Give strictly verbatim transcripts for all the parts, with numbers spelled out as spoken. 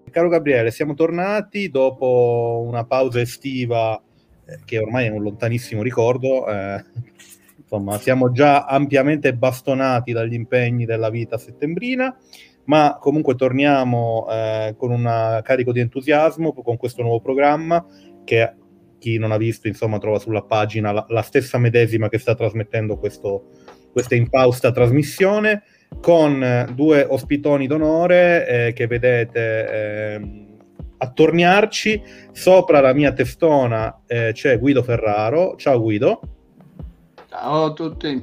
Caro Gabriele, siamo tornati dopo una pausa estiva eh, che ormai è un lontanissimo ricordo. Eh, insomma, siamo già ampiamente bastonati dagli impegni della vita settembrina, ma comunque torniamo eh, con un carico di entusiasmo con questo nuovo programma che chi non ha visto, insomma, trova sulla pagina la, la stessa medesima che sta trasmettendo questo, questa infausta trasmissione, con eh, due ospitoni d'onore eh, che vedete eh, attorniarci. Sopra la mia testona eh, c'è Guido Ferraro. Ciao Guido. Ciao a tutti.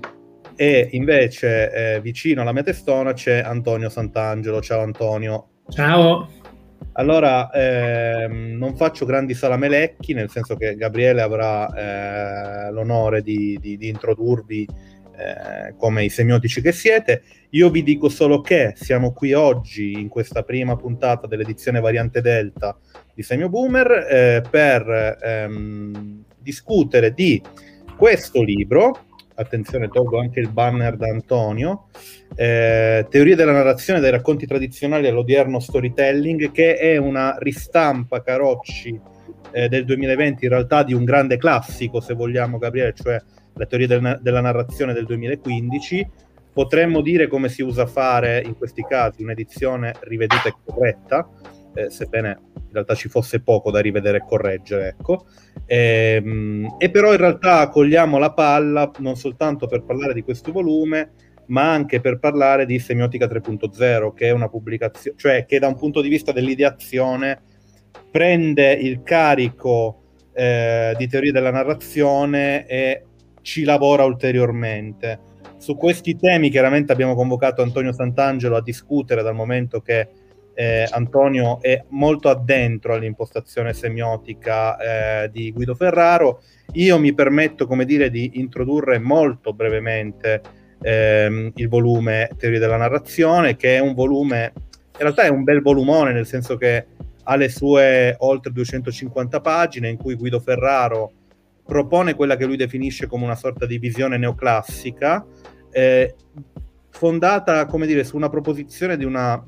E invece eh, vicino alla mia testona c'è Antonio Sant'Angelo. Ciao Antonio. Ciao. Allora, ehm, non faccio grandi salamelecchi, nel senso che Gabriele avrà eh, l'onore di, di, di introdurvi eh, come i semiotici che siete. Io vi dico solo che siamo qui oggi in questa prima puntata dell'edizione variante Delta di Semio Boomer eh, per ehm, discutere di questo libro. Attenzione, tolgo anche il banner da Antonio. Eh, Teorie della narrazione dai racconti tradizionali all'odierno storytelling, che è una ristampa, Carocci, eh, del duemilaventi, in realtà di un grande classico, se vogliamo, Gabriele, cioè la teoria del, della narrazione del duemilaquindici. Potremmo dire, come si usa fare in questi casi, un'edizione riveduta e corretta, eh, sebbene in realtà ci fosse poco da rivedere e correggere, ecco. E, e però in realtà cogliamo la palla non soltanto per parlare di questo volume, ma anche per parlare di Semiotica tre punto zero, che è una pubblicazione, cioè che da un punto di vista dell'ideazione prende il carico eh, di teoria della narrazione e ci lavora ulteriormente. Su questi temi chiaramente abbiamo convocato Antonio Sant'Angelo a discutere, dal momento che eh, Antonio è molto addentro all'impostazione semiotica eh, di Guido Ferraro. Io mi permetto, come dire, di introdurre molto brevemente ehm, il volume Teoria della narrazione, che è un volume, in realtà è un bel volumone, nel senso che ha le sue oltre duecentocinquanta pagine, in cui Guido Ferraro propone quella che lui definisce come una sorta di visione neoclassica, eh, fondata, come dire, su una proposizione di una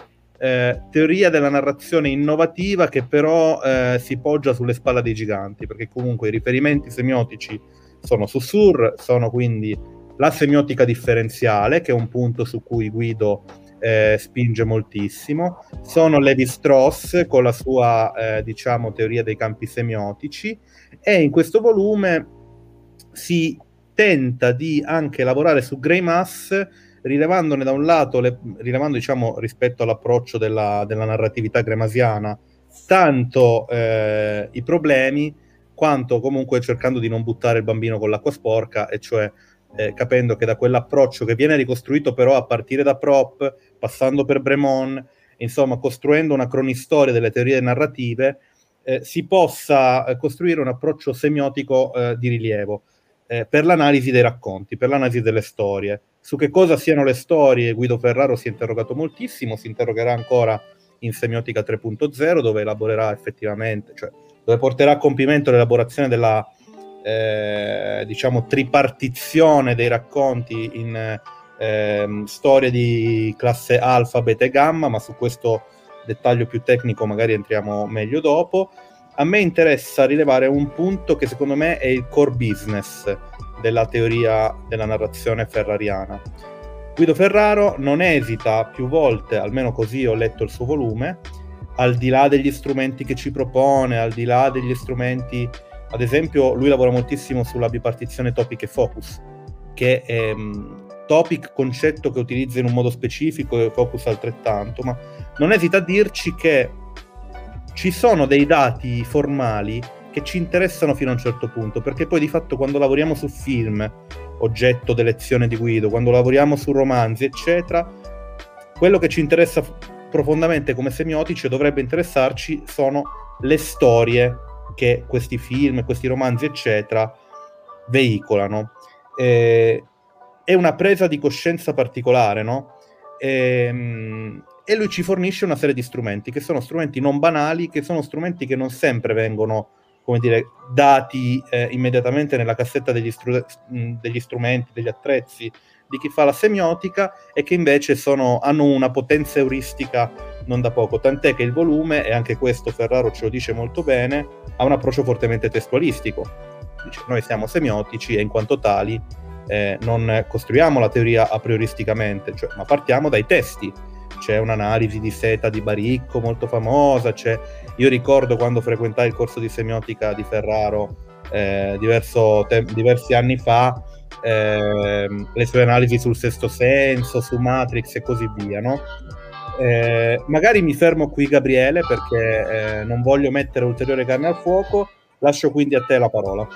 eh, teoria della narrazione innovativa, che però eh, si poggia sulle spalle dei giganti, perché comunque i riferimenti semiotici sono Saussure, sono quindi la semiotica differenziale, che è un punto su cui Guido eh, spinge moltissimo, sono Levi-Strauss con la sua eh, diciamo teoria dei campi semiotici, e in questo volume si tenta di anche lavorare su Gray Mass, rilevandone da un lato, le, rilevando diciamo rispetto all'approccio della, della narratività gremasiana, tanto eh, i problemi, quanto comunque cercando di non buttare il bambino con l'acqua sporca, e cioè eh, capendo che da quell'approccio che viene ricostruito però a partire da Prop, passando per Bremon, insomma costruendo una cronistoria delle teorie narrative, eh, si possa eh, costruire un approccio semiotico eh, di rilievo eh, per l'analisi dei racconti, per l'analisi delle storie. Su che cosa siano le storie Guido Ferraro si è interrogato moltissimo, si interrogerà ancora in Semiotica tre punto zero, dove elaborerà effettivamente, cioè dove porterà a compimento l'elaborazione della eh, diciamo tripartizione dei racconti in eh, storie di classe alfa, beta e gamma, ma su questo dettaglio più tecnico magari entriamo meglio dopo. A me interessa rilevare un punto che secondo me è il core business della teoria della narrazione ferrariana. Guido Ferraro non esita più volte, almeno così ho letto il suo volume, al di là degli strumenti che ci propone, al di là degli strumenti, ad esempio lui lavora moltissimo sulla bipartizione topic e focus, che è um, topic concetto che utilizza in un modo specifico e focus altrettanto, ma non esita a dirci che ci sono dei dati formali che ci interessano fino a un certo punto, perché poi di fatto quando lavoriamo su film, oggetto d'elezione di Guido, quando lavoriamo su romanzi, eccetera, quello che ci interessa profondamente come semiotici, dovrebbe interessarci, sono le storie che questi film, questi romanzi, eccetera, veicolano. Eh, è una presa di coscienza particolare, no? E, e lui ci fornisce una serie di strumenti, che sono strumenti non banali, che sono strumenti che non sempre vengono, come dire, dati eh, immediatamente nella cassetta degli, stru- degli strumenti, degli attrezzi di chi fa la semiotica, e che invece sono, hanno una potenza euristica non da poco, tant'è che il volume, e anche questo Ferraro ce lo dice molto bene, ha un approccio fortemente testualistico. Dice, noi siamo semiotici e in quanto tali eh, non costruiamo la teoria a prioristicamente, cioè, ma partiamo dai testi. C'è un'analisi di Seta di Baricco molto famosa, c'è... io ricordo quando frequentai il corso di semiotica di Ferraro eh, diverso te- diversi anni fa, eh, le sue analisi sul sesto senso, su Matrix e così via, no? Eh, magari mi fermo qui, Gabriele, perché eh, non voglio mettere ulteriore carne al fuoco. Lascio quindi a te la parola.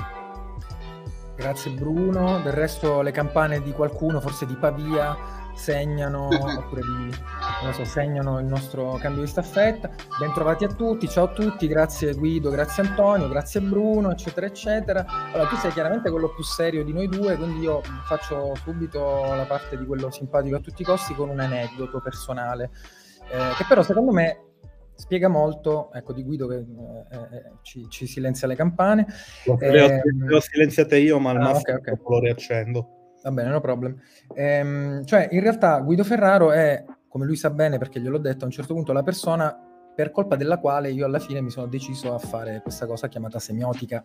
Grazie Bruno. Del resto le campane di qualcuno, forse di Pavia, segnano oppure di, non so, segnano il nostro cambio di staffetta. Bentrovati a tutti, ciao a tutti, grazie Guido, grazie Antonio, grazie Bruno, eccetera eccetera. Allora, tu sei chiaramente quello più serio di noi due, quindi io faccio subito la parte di quello simpatico a tutti i costi con un aneddoto personale, eh, che però secondo me spiega molto, ecco, di Guido che eh, eh, ci, ci silenzia le campane. Le ho, eh, le ho silenziate io, ma al ah, massimo okay, okay. lo riaccendo. Va bene, no problem. Ehm, cioè, in realtà Guido Ferraro è, come lui sa bene, perché gliel'ho detto a un certo punto, la persona per colpa della quale io alla fine mi sono deciso a fare questa cosa chiamata semiotica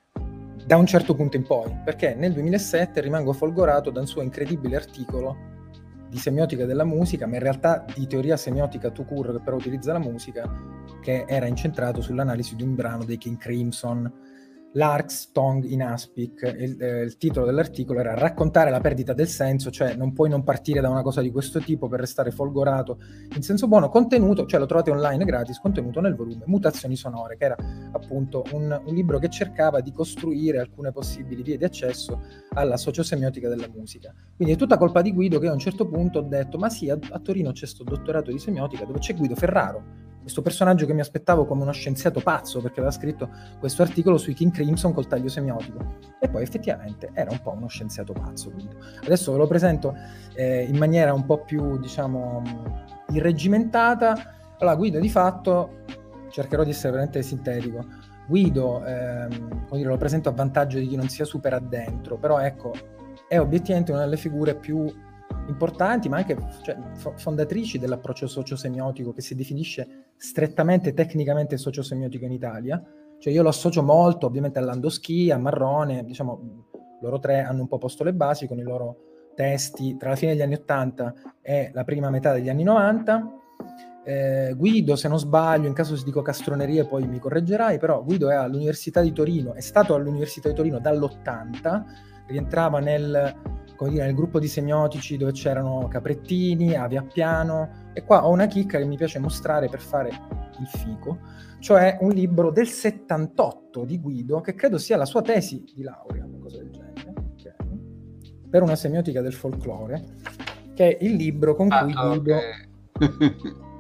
da un certo punto in poi, perché nel duemilasette rimango folgorato da un suo incredibile articolo di semiotica della musica, ma in realtà di teoria semiotica tout court, che però utilizza la musica, che era incentrato sull'analisi di un brano dei King Crimson, Lark's Tongue in Aspic. Il, eh, il titolo dell'articolo era Raccontare la perdita del senso, cioè non puoi non partire da una cosa di questo tipo per restare folgorato in senso buono. Contenuto, cioè lo trovate online gratis, contenuto nel volume Mutazioni sonore, che era appunto un, un libro che cercava di costruire alcune possibili vie di accesso alla sociosemiotica della musica. Quindi è tutta colpa di Guido, che a un certo punto ho detto ma sì, a, a Torino c'è sto dottorato di semiotica dove c'è Guido Ferraro, questo personaggio che mi aspettavo come uno scienziato pazzo, perché aveva scritto questo articolo sui King Crimson col taglio semiotico, e poi effettivamente era un po' uno scienziato pazzo. Quindi adesso ve lo presento eh, in maniera un po' più, diciamo, irreggimentata. Allora, Guido, di fatto, cercherò di essere veramente sintetico. Guido, ehm, come dire, lo presento a vantaggio di chi non sia super addentro, però ecco, è obiettivamente una delle figure più importanti, ma anche, cioè, fondatrici dell'approccio sociosemiotico, che si definisce strettamente tecnicamente sociosemiotico in Italia. Cioè io lo associo molto ovviamente a Landowski, a Marrone, diciamo loro tre hanno un po' posto le basi con i loro testi tra la fine degli anni ottanta e la prima metà degli anni novanta. Eh, Guido, se non sbaglio, in caso si dico castronerie poi mi correggerai, però Guido è all'Università di Torino, è stato all'Università di Torino dall'ottanta, rientrava nel, come dire, nel gruppo di semiotici dove c'erano Caprettini, Avi Appiano, e qua ho una chicca che mi piace mostrare per fare il fico, cioè un libro del settantotto di Guido, che credo sia la sua tesi di laurea, una cosa del genere, okay, per una semiotica del folklore, che è il libro con ah, cui Guido okay.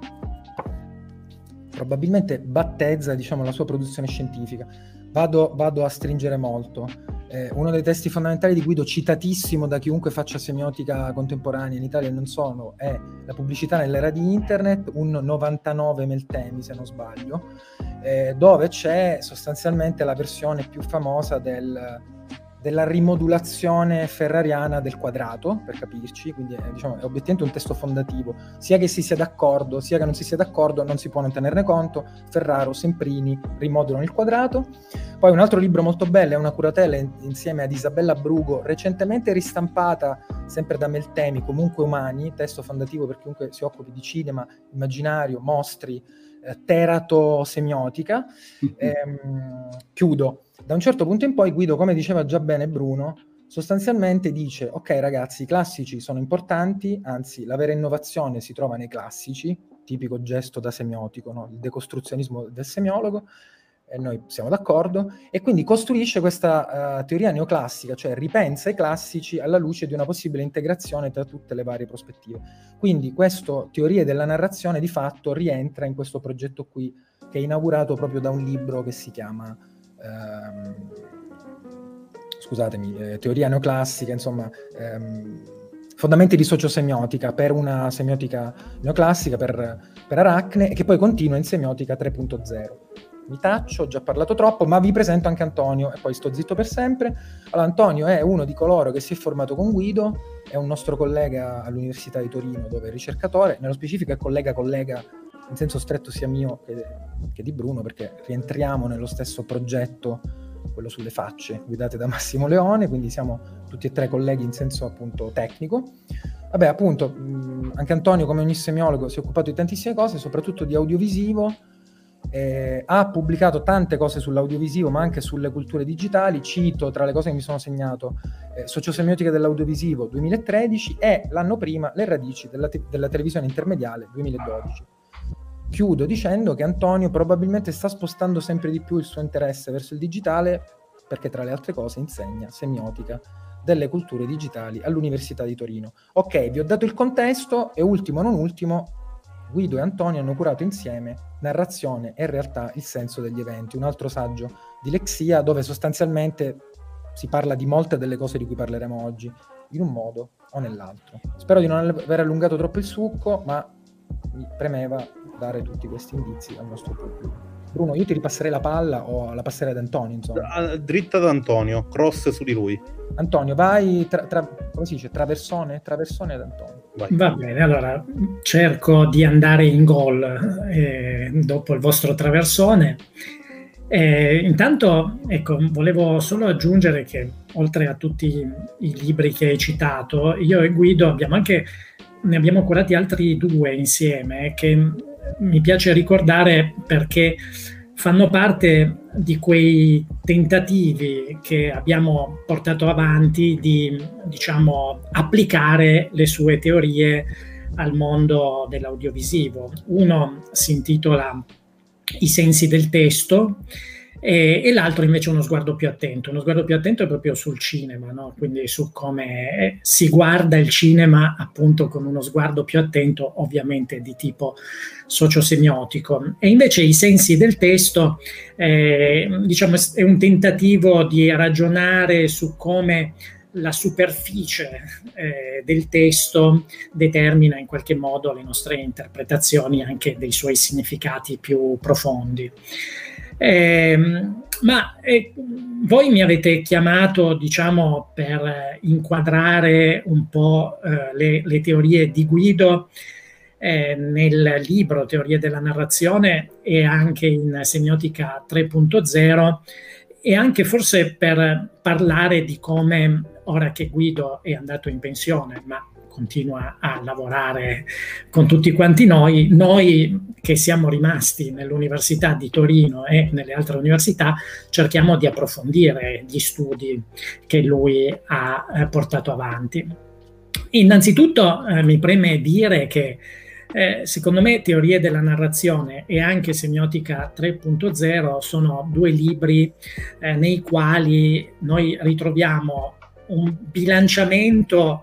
probabilmente battezza, diciamo, la sua produzione scientifica. Vado, vado a stringere molto. Eh, uno dei testi fondamentali di Guido, citatissimo da chiunque faccia semiotica contemporanea in Italia e non solo, è La pubblicità nell'era di internet, un novantanove Meltemi se non sbaglio, eh, dove c'è sostanzialmente la versione più famosa del, della rimodulazione ferrariana del quadrato, per capirci, quindi è, diciamo, è obiettivamente un testo fondativo, sia che si sia d'accordo, sia che non si sia d'accordo, non si può non tenerne conto. Ferraro, Semprini rimodulano il quadrato. Poi un altro libro molto bello è Una curatela insieme ad Isabella Brugo, recentemente ristampata sempre da Meltemi, Comunque umani, testo fondativo per chiunque si occupi di cinema, immaginario, mostri, eh, teratosemiotica. ehm, chiudo. Da un certo punto in poi Guido, come diceva già bene Bruno, sostanzialmente dice: ok ragazzi, i classici sono importanti, anzi la vera innovazione si trova nei classici, tipico gesto da semiotico, no? Il decostruzionismo del semiologo, e noi siamo d'accordo, e quindi costruisce questa uh, teoria neoclassica, cioè ripensa i classici alla luce di una possibile integrazione tra tutte le varie prospettive. Quindi questo teorie della narrazione di fatto rientra in questo progetto qui, che è inaugurato proprio da un libro che si chiama ehm, scusatemi, eh, teoria neoclassica, insomma, ehm, fondamenti di sociosemiotica per una semiotica neoclassica per, per Aracne, e che poi continua in semiotica tre punto zero. mi taccio, ho già parlato troppo, ma vi presento anche Antonio e poi sto zitto per sempre. Allora, Antonio è uno di coloro che si è formato con Guido, è un nostro collega all'Università di Torino dove è ricercatore, nello specifico è collega-collega in senso stretto sia mio che, che di Bruno, perché rientriamo nello stesso progetto, quello sulle facce, guidate da Massimo Leone, quindi siamo tutti e tre colleghi in senso appunto tecnico. Vabbè, appunto, mh, anche Antonio, come ogni semiologo, si è occupato di tantissime cose, soprattutto di audiovisivo, eh, ha pubblicato tante cose sull'audiovisivo, ma anche sulle culture digitali. Cito, tra le cose che mi sono segnato, eh, Sociosemiotica dell'audiovisivo duemilatredici e l'anno prima Le radici della, te- della televisione intermediale duemiladodici. Chiudo dicendo che Antonio probabilmente sta spostando sempre di più il suo interesse verso il digitale, perché tra le altre cose insegna semiotica delle culture digitali all'Università di Torino. Ok, vi ho dato il contesto e ultimo non ultimo, Guido e Antonio hanno curato insieme Narrazione e realtà, il senso degli eventi, un altro saggio di Lexia dove sostanzialmente si parla di molte delle cose di cui parleremo oggi, in un modo o nell'altro. Spero di non aver allungato troppo il succo, ma mi premeva dare tutti questi indizi al nostro pubblico. Bruno, io ti ripasserei la palla o la passerei ad Antonio, insomma. Dritta ad Antonio, cross su di lui. Antonio, vai, tra, tra, come si dice, traversone? Traversone ad Antonio. Vai. Va bene, allora cerco di andare in gol eh, dopo il vostro traversone. Eh, intanto, ecco, volevo solo aggiungere che oltre a tutti i libri che hai citato, io e Guido abbiamo anche, ne abbiamo curati altri due insieme che mi piace ricordare perché fanno parte di quei tentativi che abbiamo portato avanti di, diciamo, applicare le sue teorie al mondo dell'audiovisivo. Uno si intitola I sensi del testo e, e l'altro invece uno sguardo più attento. Uno sguardo più attento è proprio sul cinema, no? Quindi su come si guarda il cinema appunto con uno sguardo più attento, ovviamente di tipo sociosemiotico. E invece I sensi del testo eh, diciamo è un tentativo di ragionare su come la superficie eh, del testo determina in qualche modo le nostre interpretazioni anche dei suoi significati più profondi. Eh, ma eh, voi mi avete chiamato, diciamo, per inquadrare un po' eh, le, le teorie di Guido eh, nel libro Teorie della narrazione e anche in Semiotica tre punto zero, e anche forse per parlare di come, ora che Guido è andato in pensione, ma continua a lavorare con tutti quanti noi, noi che siamo rimasti nell'Università di Torino e nelle altre università, cerchiamo di approfondire gli studi che lui ha eh, portato avanti. Innanzitutto eh, mi preme dire che eh, secondo me Teorie della narrazione e anche Semiotica tre punto zero sono due libri eh, nei quali noi ritroviamo un bilanciamento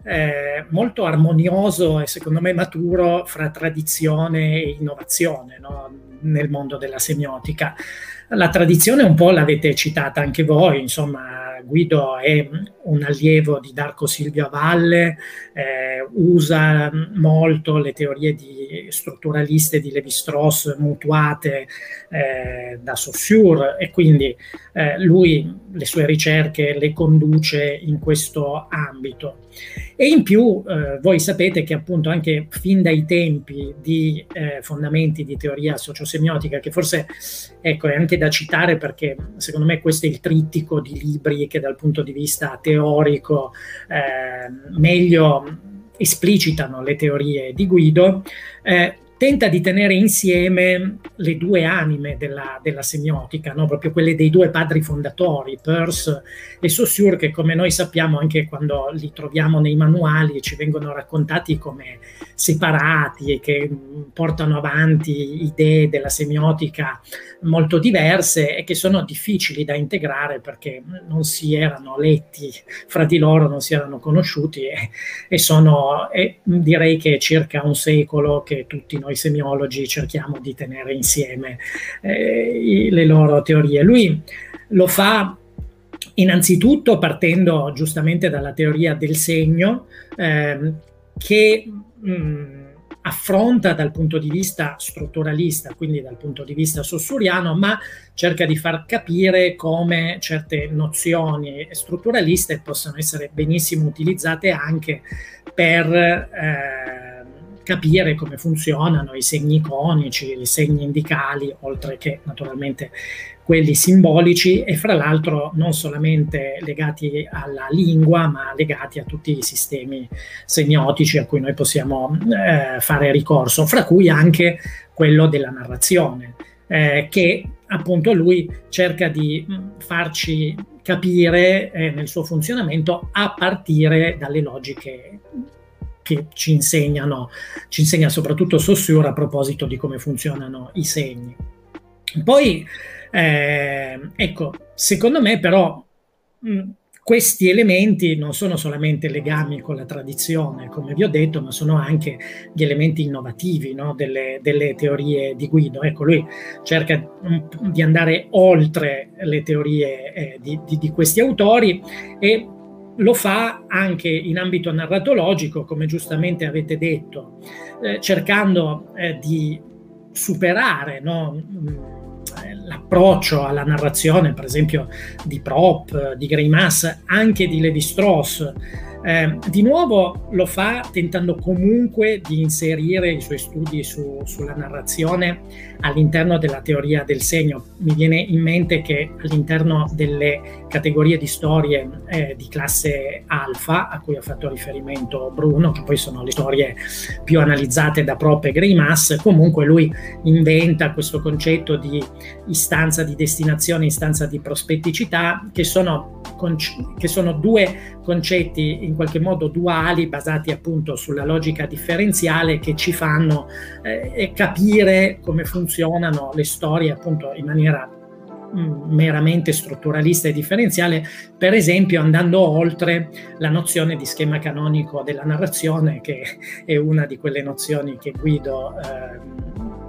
Eh, molto armonioso e secondo me maturo fra tradizione e innovazione, no? Nel mondo della semiotica. La tradizione un po' l'avete citata anche voi, insomma Guido è un allievo di Darco Silvio Avalle, eh, usa molto le teorie di strutturaliste di Lévi-Strauss mutuate eh, da Saussure e quindi eh, lui le sue ricerche le conduce in questo ambito. E in più eh, voi sapete che appunto anche fin dai tempi di eh, fondamenti di teoria sociosemiotica, che forse ecco è anche da citare perché secondo me questo è il trittico di libri che dal punto di vista teorico eh, meglio esplicitano le teorie di Guido, eh, tenta di tenere insieme le due anime della, della semiotica, no? Proprio quelle dei due padri fondatori, Peirce e Saussure, che come noi sappiamo anche quando li troviamo nei manuali ci vengono raccontati come separati e che portano avanti idee della semiotica molto diverse e che sono difficili da integrare perché non si erano letti fra di loro, non si erano conosciuti e, e sono, e direi che è circa un secolo che tutti noi semiologi cerchiamo di tenere insieme eh, le loro teorie. Lui lo fa innanzitutto partendo giustamente dalla teoria del segno, eh, che mh, affronta dal punto di vista strutturalista, quindi dal punto di vista saussuriano, ma cerca di far capire come certe nozioni strutturaliste possano essere benissimo utilizzate anche per eh, capire come funzionano i segni iconici, i segni indicali, oltre che naturalmente quelli simbolici, e fra l'altro non solamente legati alla lingua, ma legati a tutti i sistemi semiotici a cui noi possiamo eh, fare ricorso, fra cui anche quello della narrazione, eh, che appunto lui cerca di farci capire eh, nel suo funzionamento a partire dalle logiche che ci insegnano, ci insegna soprattutto Saussure a proposito di come funzionano i segni. Poi Eh, ecco, secondo me però mh, questi elementi non sono solamente legami con la tradizione, come vi ho detto, ma sono anche gli elementi innovativi, no, delle, delle teorie di Guido. Ecco, lui cerca mh, di andare oltre le teorie eh, di, di, di questi autori, e lo fa anche in ambito narratologico, come giustamente avete detto, eh, cercando eh, di superare, no, mh, l'approccio alla narrazione, per esempio di Propp, di Greimas, anche di Lévi-Strauss. Eh, di nuovo lo fa tentando comunque di inserire i suoi studi su, sulla narrazione all'interno della teoria del segno. Mi viene in mente che all'interno delle categorie di storie eh, di classe alfa, a cui ha fatto riferimento Bruno, che poi sono le storie più analizzate da Propp e Greimas, comunque lui inventa questo concetto di istanza di destinazione, istanza di prospetticità, che sono, che sono due concetti in qualche modo duali, basati appunto sulla logica differenziale, che ci fanno eh, capire come funzionano le storie appunto in maniera mh, meramente strutturalista e differenziale, per esempio andando oltre la nozione di schema canonico della narrazione, che è una di quelle nozioni che Guido eh,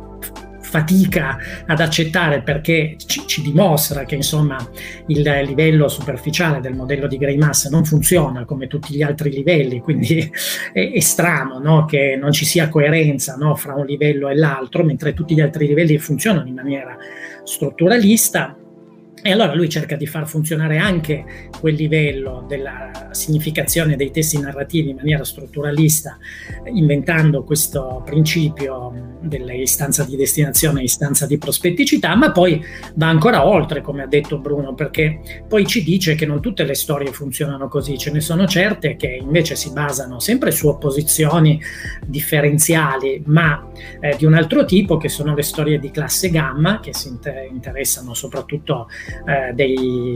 fatica ad accettare, perché ci, ci dimostra che insomma il livello superficiale del modello di Greimas non funziona come tutti gli altri livelli, quindi è, è strano, no, che non ci sia coerenza, no, fra un livello e l'altro, mentre tutti gli altri livelli funzionano in maniera strutturalista. E allora lui cerca di far funzionare anche quel livello della significazione dei testi narrativi in maniera strutturalista, inventando questo principio dell'istanza di destinazione e istanza di prospetticità, ma poi va ancora oltre, come ha detto Bruno, perché poi ci dice che non tutte le storie funzionano così, ce ne sono certe che invece si basano sempre su opposizioni differenziali, ma eh, di un altro tipo, che sono le storie di classe gamma, che si inter- interessano soprattutto Eh, dei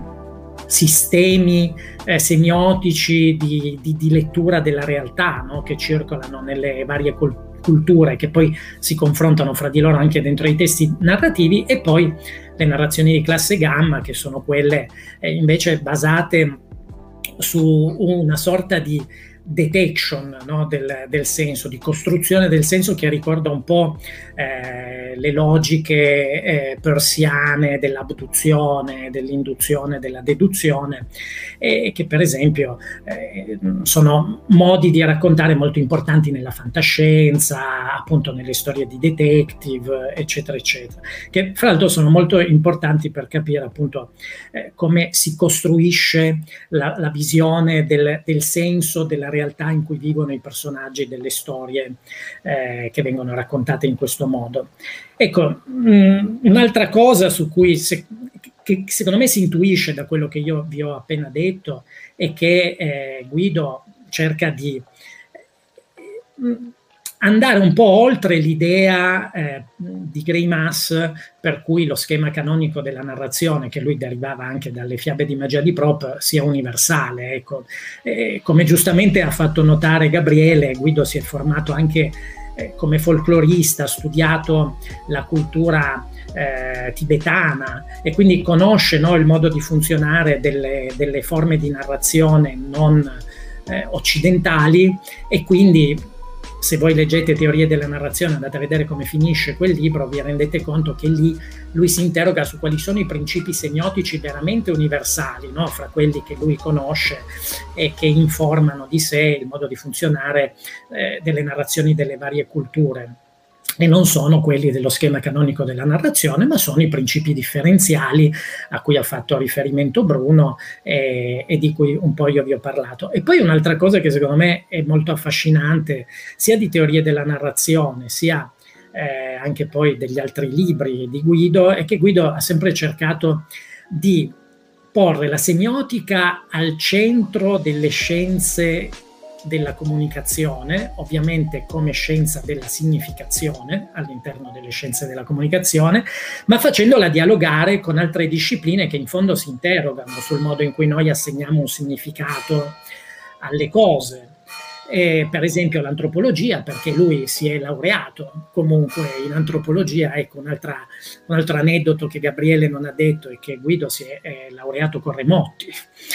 sistemi eh, semiotici di, di, di lettura della realtà, no? Che circolano nelle varie culture, che poi si confrontano fra di loro anche dentro i testi narrativi, e poi le narrazioni di classe gamma, che sono quelle eh, invece basate su una sorta di detection, no, del, del senso, di costruzione del senso, che ricorda un po' eh, le logiche eh, persiane dell'abduzione, dell'induzione, della deduzione, e che per esempio eh, sono modi di raccontare molto importanti nella fantascienza, appunto nelle storie di detective, eccetera eccetera, che fra l'altro sono molto importanti per capire appunto eh, come si costruisce la, la visione del, del senso della realtà in cui vivono i personaggi delle storie eh, che vengono raccontate in questo modo. Ecco, mh, un'altra cosa su cui se, che secondo me si intuisce da quello che io vi ho appena detto è che eh, Guido cerca di mh, andare un po' oltre l'idea eh, di Greimas, per cui lo schema canonico della narrazione, che lui derivava anche dalle fiabe di magia di Propp, sia universale. Ecco. E come giustamente ha fatto notare Gabriele, Guido si è formato anche eh, come folclorista, ha studiato la cultura eh, tibetana, e quindi conosce, no, il modo di funzionare delle, delle forme di narrazione non eh, occidentali, e quindi se voi leggete Teorie della narrazione, andate a vedere come finisce quel libro, vi rendete conto che lì lui si interroga su quali sono i principi semiotici veramente universali, no? Fra quelli che lui conosce e che informano di sé il modo di funzionare eh, delle narrazioni delle varie culture. E non sono quelli dello schema canonico della narrazione, ma sono i principi differenziali a cui ha fatto riferimento Bruno eh, e di cui un po' io vi ho parlato. E poi un'altra cosa che secondo me è molto affascinante, sia di teorie della narrazione, sia eh, anche poi degli altri libri di Guido, è che Guido ha sempre cercato di porre la semiotica al centro delle scienze della comunicazione, ovviamente come scienza della significazione all'interno delle scienze della comunicazione, ma facendola dialogare con altre discipline che in fondo si interrogano sul modo in cui noi assegniamo un significato alle cose. E per esempio l'antropologia, perché lui si è laureato comunque in antropologia. Ecco un'altra, un altro aneddoto che Gabriele non ha detto è che Guido si è, è laureato con Remotti,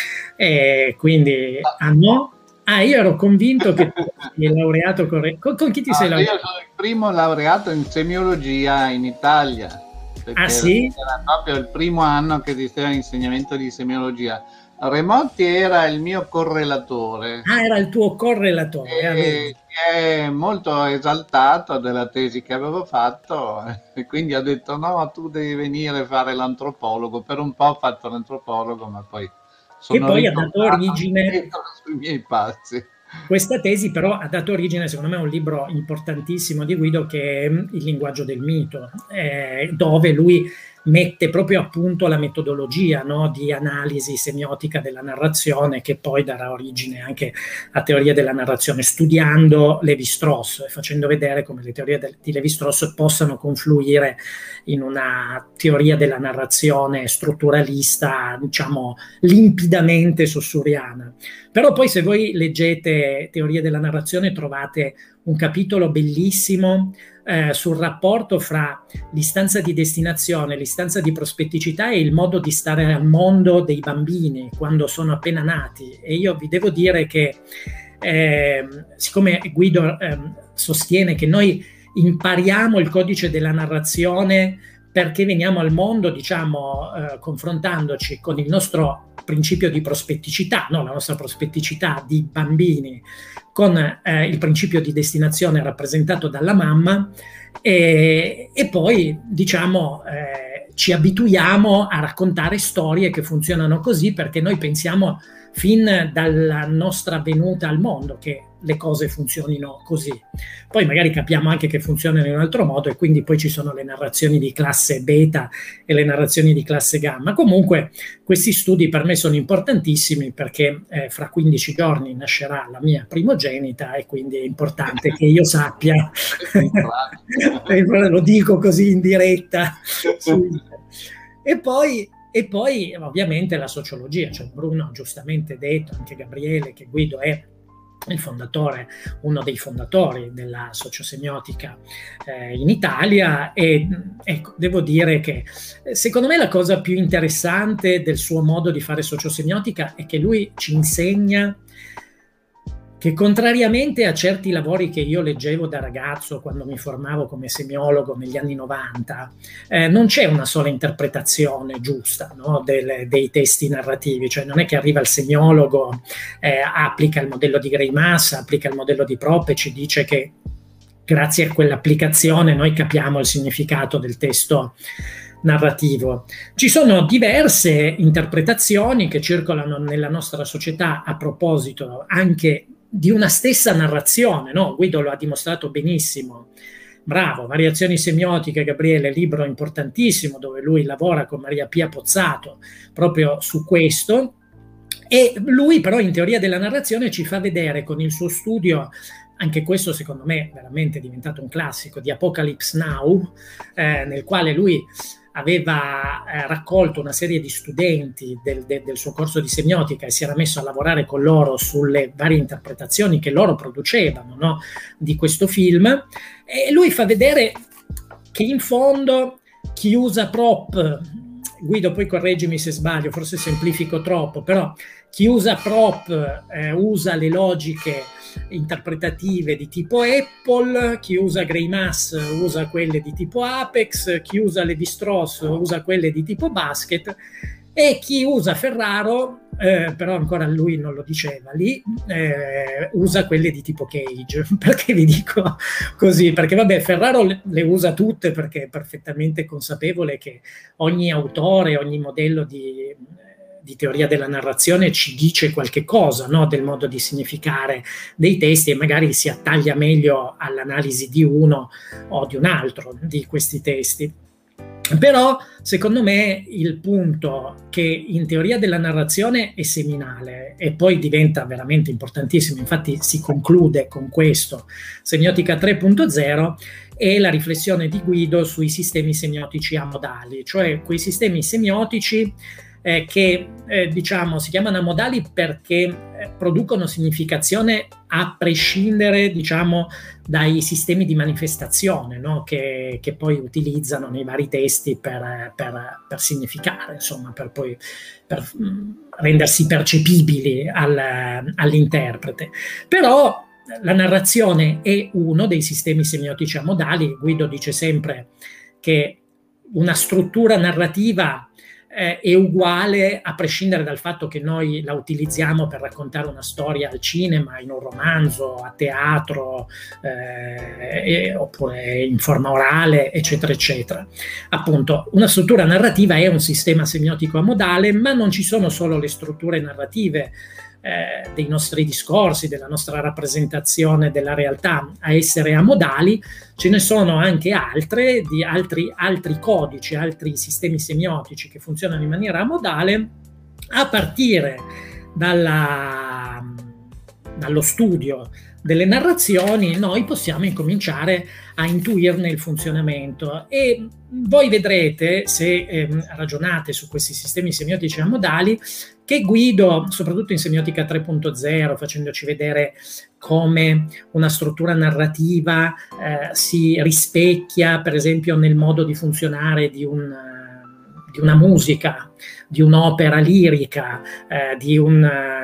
e quindi ah no? Ah, io ero convinto che tu sei laureato con, con, con chi ti ah, sei laureato? Io sono il primo laureato in semiologia in Italia. Ah sì? Era proprio il primo anno che esisteva l'insegnamento di semiologia. Remotti era il mio correlatore. Ah, era il tuo correlatore. E, è molto esaltato della tesi che avevo fatto e quindi ha detto no, tu devi venire a fare l'antropologo. Per un po' ho fatto l'antropologo, ma poi... che poi ha dato origine sui miei passi. Questa tesi però ha dato origine secondo me a un libro importantissimo di Guido che è Il linguaggio del mito, eh, dove lui mette proprio a punto la metodologia, no, di analisi semiotica della narrazione, che poi darà origine anche a teorie della narrazione, studiando Lévi-Strauss e facendo vedere come le teorie del, di Lévi-Strauss possano confluire in una teoria della narrazione strutturalista, diciamo limpidamente saussuriana. Però poi se voi leggete Teorie della narrazione trovate un capitolo bellissimo eh, sul rapporto fra l'istanza di destinazione, l'istanza di prospetticità e il modo di stare al mondo dei bambini quando sono appena nati. E io vi devo dire che eh, siccome Guido eh, sostiene che noi impariamo il codice della narrazione perché veniamo al mondo, diciamo, eh, confrontandoci con il nostro principio di prospetticità, no? La nostra prospetticità di bambini con eh, il principio di destinazione rappresentato dalla mamma e, e poi, diciamo, eh, ci abituiamo a raccontare storie che funzionano così perché noi pensiamo fin dalla nostra venuta al mondo che le cose funzionino così. Poi magari capiamo anche che funzionano in un altro modo e quindi poi ci sono le narrazioni di classe beta e le narrazioni di classe gamma. Comunque questi studi per me sono importantissimi perché eh, fra quindici giorni nascerà la mia primogenita e quindi è importante che io sappia, lo dico così in diretta. E poi E poi ovviamente la sociologia, cioè Bruno ha giustamente detto, anche Gabriele, che Guido è il fondatore, uno dei fondatori della sociosemiotica eh, in Italia e ecco, devo dire che secondo me la cosa più interessante del suo modo di fare sociosemiotica è che lui ci insegna che contrariamente a certi lavori che io leggevo da ragazzo quando mi formavo come semiologo negli anni novanta, eh, non c'è una sola interpretazione giusta, no, del, dei testi narrativi, cioè non è che arriva il semiologo, eh, applica il modello di Greimas, applica il modello di Propp e ci dice che grazie a quell'applicazione noi capiamo il significato del testo narrativo. Ci sono diverse interpretazioni che circolano nella nostra società a proposito anche di una stessa narrazione, no? Guido lo ha dimostrato benissimo. Bravo, Variazioni semiotiche, Gabriele, libro importantissimo dove lui lavora con Maria Pia Pozzato proprio su questo. E lui però in teoria della narrazione ci fa vedere con il suo studio, anche questo secondo me veramente è diventato un classico, di Apocalypse Now, eh, nel quale lui aveva eh, raccolto una serie di studenti del, de, del suo corso di semiotica e si era messo a lavorare con loro sulle varie interpretazioni che loro producevano, no, di questo film, e lui fa vedere che in fondo chi usa Propp Guido, poi correggimi se sbaglio, forse semplifico troppo, però chi usa prop eh, usa le logiche interpretative di tipo Apple, chi usa GreyMass usa quelle di tipo Apex, chi usa Levi-Strauss usa quelle di tipo Basket, e chi usa Ferraro, eh, però ancora lui non lo diceva lì, eh, usa quelle di tipo Cage. Perché vi dico così? Perché vabbè, Ferraro le, le usa tutte, perché è perfettamente consapevole che ogni autore, ogni modello di, di teoria della narrazione ci dice qualche cosa, no? Del modo di significare dei testi, e magari si attaglia meglio all'analisi di uno o di un altro di questi testi. Però secondo me il punto che in teoria della narrazione è seminale e poi diventa veramente importantissimo, infatti si conclude con questo, Semiotica tre punto zero, è la riflessione di Guido sui sistemi semiotici amodali, cioè quei sistemi semiotici eh, che eh, diciamo si chiamano amodali perché eh, producono significazione a prescindere, diciamo, dai sistemi di manifestazione, no? che, che poi utilizzano nei vari testi per, per, per significare, insomma, per poi per rendersi percepibili al, all'interprete. Però la narrazione è uno dei sistemi semiotici amodali. Guido dice sempre che una struttura narrativa eh, è uguale a prescindere dal fatto che noi la utilizziamo per raccontare una storia al cinema, in un romanzo, a teatro, eh, e, oppure in forma orale, eccetera, eccetera. Appunto, una struttura narrativa è un sistema semiotico amodale, ma non ci sono solo le strutture narrative Eh, dei nostri discorsi, della nostra rappresentazione della realtà a essere amodali, ce ne sono anche altre, di altri, altri codici, altri sistemi semiotici che funzionano in maniera amodale, a partire dalla, dallo studio delle narrazioni. Noi possiamo incominciare a intuirne il funzionamento, e voi vedrete, se eh, ragionate su questi sistemi semiotici amodali, che Guido, soprattutto in Semiotica tre punto zero, facendoci vedere come una struttura narrativa eh, si rispecchia, per esempio, nel modo di funzionare di, un, di una musica, di un'opera lirica, eh, di un...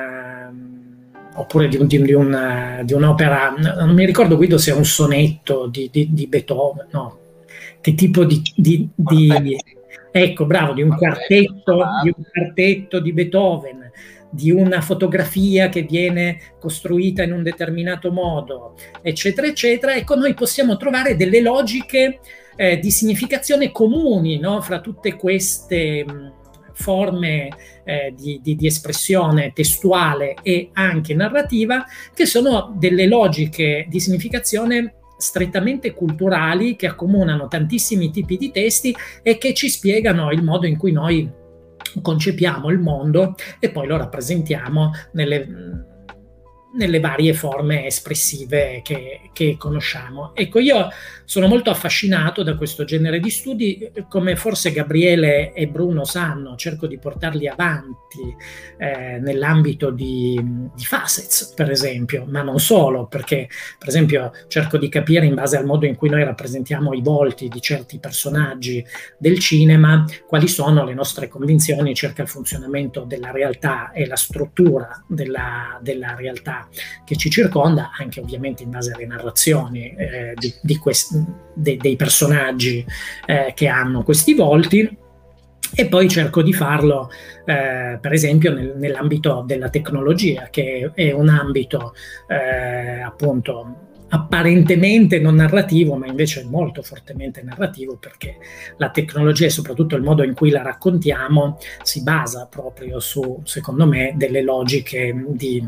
oppure di, un, di, un, di un'opera, non mi ricordo Guido se è un sonetto di, di, di Beethoven, no, che tipo di, di, di ecco, bravo, di un quartetto, di un quartetto di Beethoven, di una fotografia che viene costruita in un determinato modo, eccetera, eccetera. Ecco, noi possiamo trovare delle logiche eh, di significazione comuni, no, fra tutte queste mh, forme eh, di, di, di espressione testuale e anche narrativa, che sono delle logiche di significazione strettamente culturali, che accomunano tantissimi tipi di testi e che ci spiegano il modo in cui noi concepiamo il mondo e poi lo rappresentiamo nelle, nelle varie forme espressive che, che conosciamo. Ecco, io sono molto affascinato da questo genere di studi, come forse Gabriele e Bruno sanno, cerco di portarli avanti eh, nell'ambito di, di Facets, per esempio, ma non solo, perché per esempio cerco di capire, in base al modo in cui noi rappresentiamo i volti di certi personaggi del cinema, quali sono le nostre convinzioni circa il funzionamento della realtà e la struttura della, della realtà che ci circonda, anche ovviamente in base alle narrazioni eh, di, di questi De, dei personaggi eh, che hanno questi volti. E poi cerco di farlo eh, per esempio nel, nell'ambito della tecnologia, che è un ambito eh, appunto apparentemente non narrativo, ma invece molto fortemente narrativo, perché la tecnologia e soprattutto il modo in cui la raccontiamo si basa proprio su, secondo me, delle logiche di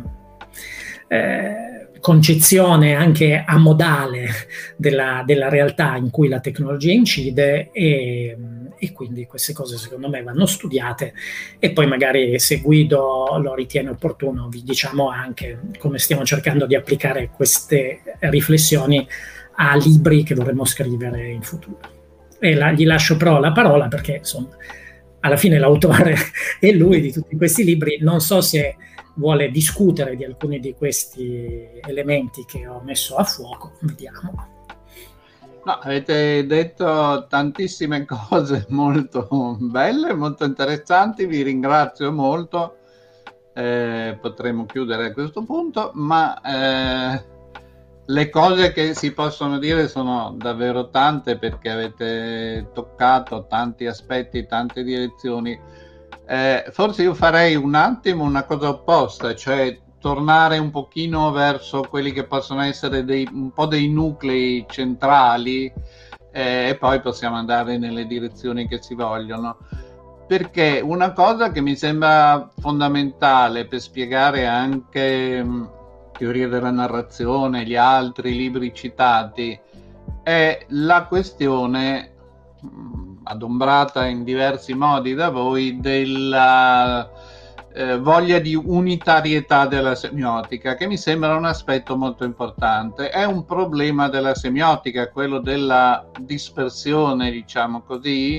eh, concezione anche amodale della, della realtà in cui la tecnologia incide, e, e quindi queste cose secondo me vanno studiate. E poi magari, se Guido lo ritiene opportuno, vi diciamo anche come stiamo cercando di applicare queste riflessioni a libri che vorremmo scrivere in futuro. E la, gli lascio però la parola, perché insomma alla fine l'autore è lui di tutti questi libri. Non so se vuole discutere di alcuni di questi elementi che ho messo a fuoco, vediamo. No, avete detto tantissime cose molto belle, molto interessanti, vi ringrazio molto. Eh, potremmo chiudere a questo punto, ma eh, le cose che si possono dire sono davvero tante, perché avete toccato tanti aspetti, tante direzioni. Eh, forse io farei un attimo una cosa opposta, cioè tornare un pochino verso quelli che possono essere dei, un po' dei nuclei centrali, eh, e poi possiamo andare nelle direzioni che si vogliono. Perché una cosa che mi sembra fondamentale per spiegare anche mh, teoria della narrazione, gli altri libri citati, è la questione mh, adombrata in diversi modi da voi della eh, voglia di unitarietà della semiotica, che mi sembra un aspetto molto importante. È un problema della semiotica, quello della dispersione, diciamo così.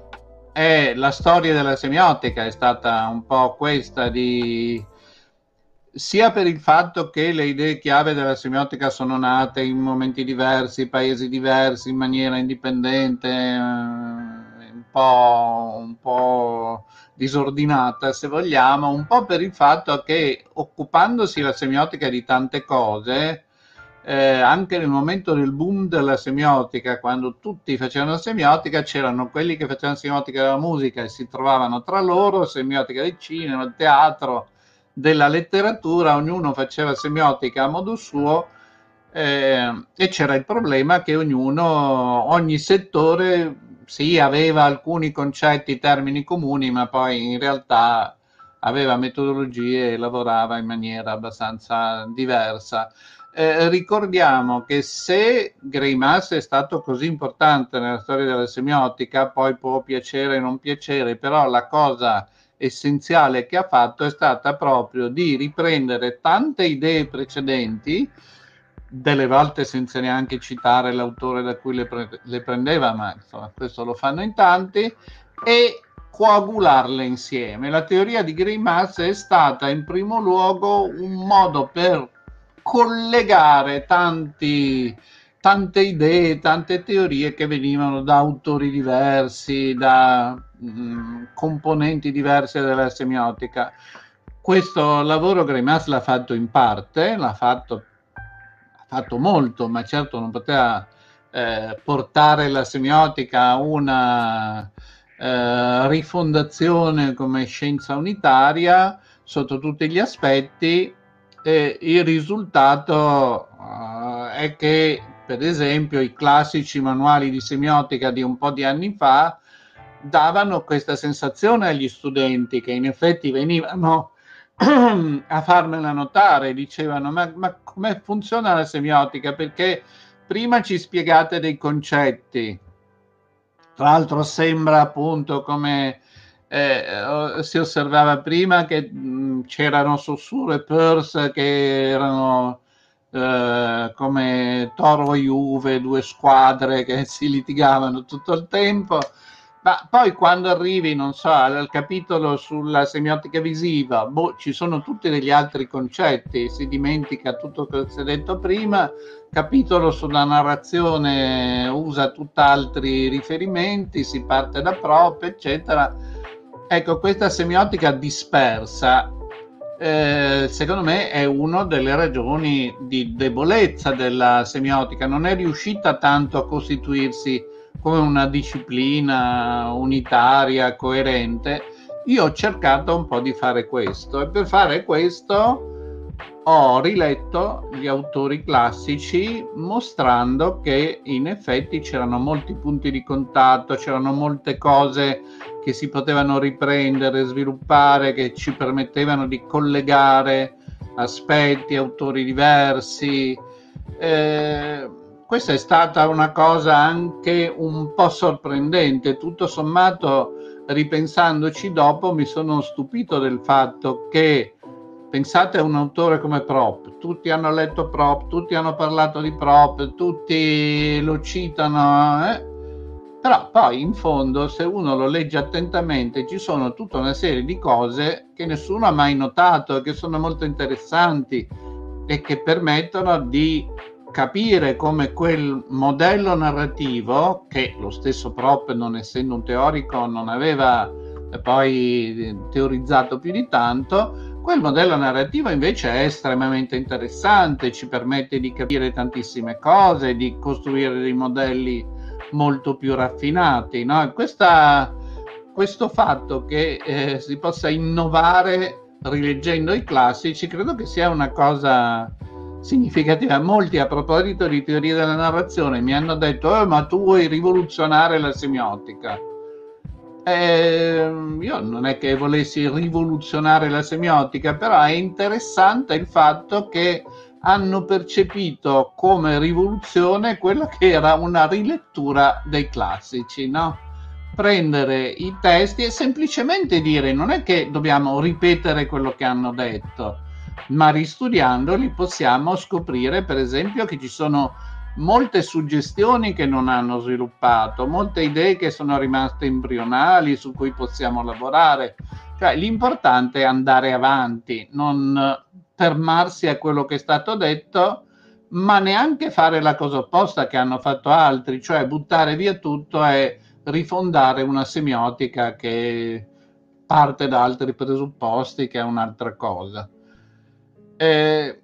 È la storia della semiotica è stata un po' questa, di sia per il fatto che le idee chiave della semiotica sono nate in momenti diversi, paesi diversi, in maniera indipendente, un po', un po' disordinata, se vogliamo, un po' per il fatto che, occupandosi la semiotica di tante cose, Eh, anche nel momento del boom della semiotica, quando tutti facevano semiotica, c'erano quelli che facevano semiotica della musica e si trovavano tra loro, semiotica del cinema, del teatro, della letteratura, ognuno faceva semiotica a modo suo, eh, e c'era il problema che ognuno, ogni settore sì, aveva alcuni concetti, termini comuni, ma poi in realtà aveva metodologie e lavorava in maniera abbastanza diversa. Eh, ricordiamo che se Greimas è stato così importante nella storia della semiotica, poi può piacere o non piacere, però la cosa essenziale che ha fatto è stata proprio di riprendere tante idee precedenti, delle volte senza neanche citare l'autore da cui le, pre- le prendeva, ma insomma questo lo fanno in tanti, e coagularle insieme. La teoria di Greimas è stata in primo luogo un modo per collegare tanti, tante idee, tante teorie che venivano da autori diversi, da mh, componenti diverse della semiotica. Questo lavoro Greimas l'ha fatto in parte, l'ha fatto, ha fatto molto, ma certo non poteva eh, portare la semiotica a una eh, rifondazione come scienza unitaria sotto tutti gli aspetti. E il risultato uh, è che, per esempio, i classici manuali di semiotica di un po' di anni fa davano questa sensazione agli studenti, che in effetti venivano a farmela notare, dicevano ma, ma come funziona la semiotica? Perché prima ci spiegate dei concetti, tra l'altro sembra appunto come Eh, si osservava prima che mh, c'erano Saussure e Peirce che erano eh, come Toro e Juve, due squadre che si litigavano tutto il tempo, ma poi quando arrivi, non so, al capitolo sulla semiotica visiva, boh, ci sono tutti degli altri concetti, si dimentica tutto quello che si è detto prima. Capitolo sulla narrazione usa tutt'altri riferimenti, si parte da prop, eccetera. Ecco, questa semiotica dispersa, eh, secondo me, è una delle ragioni di debolezza della semiotica. Non è riuscita tanto a costituirsi come una disciplina unitaria, coerente. Io ho cercato un po' di fare questo, e per fare questo ho riletto gli autori classici, mostrando che in effetti c'erano molti punti di contatto, c'erano molte cose che si potevano riprendere, sviluppare, che ci permettevano di collegare aspetti, autori diversi. Eh, questa è stata una cosa anche un po' sorprendente. Tutto sommato, ripensandoci dopo, mi sono stupito del fatto che, pensate a un autore come Propp, tutti hanno letto Propp, tutti hanno parlato di Propp, tutti lo citano, eh? Però poi in fondo, se uno lo legge attentamente, ci sono tutta una serie di cose che nessuno ha mai notato e che sono molto interessanti e che permettono di capire come quel modello narrativo, che lo stesso Prop, non essendo un teorico, non aveva poi teorizzato più di tanto, quel modello narrativo invece è estremamente interessante, ci permette di capire tantissime cose, di costruire dei modelli molto più raffinati, no? Questa, questo fatto che eh, si possa innovare rileggendo i classici credo che sia una cosa significativa. Molti, a proposito di teoria della narrazione, mi hanno detto oh, ma tu vuoi rivoluzionare la semiotica. Eh, io non è che volessi rivoluzionare la semiotica, però è interessante il fatto che hanno percepito come rivoluzione quella che era una rilettura dei classici, no? Prendere i testi e semplicemente dire, non è che dobbiamo ripetere quello che hanno detto, ma ristudiandoli possiamo scoprire, per esempio, che ci sono molte suggestioni che non hanno sviluppato, molte idee che sono rimaste embrionali su cui possiamo lavorare. Cioè, l'importante è andare avanti, non fermarsi a quello che è stato detto, ma neanche fare la cosa opposta che hanno fatto altri, cioè buttare via tutto e rifondare una semiotica che parte da altri presupposti, che è un'altra cosa. Eh,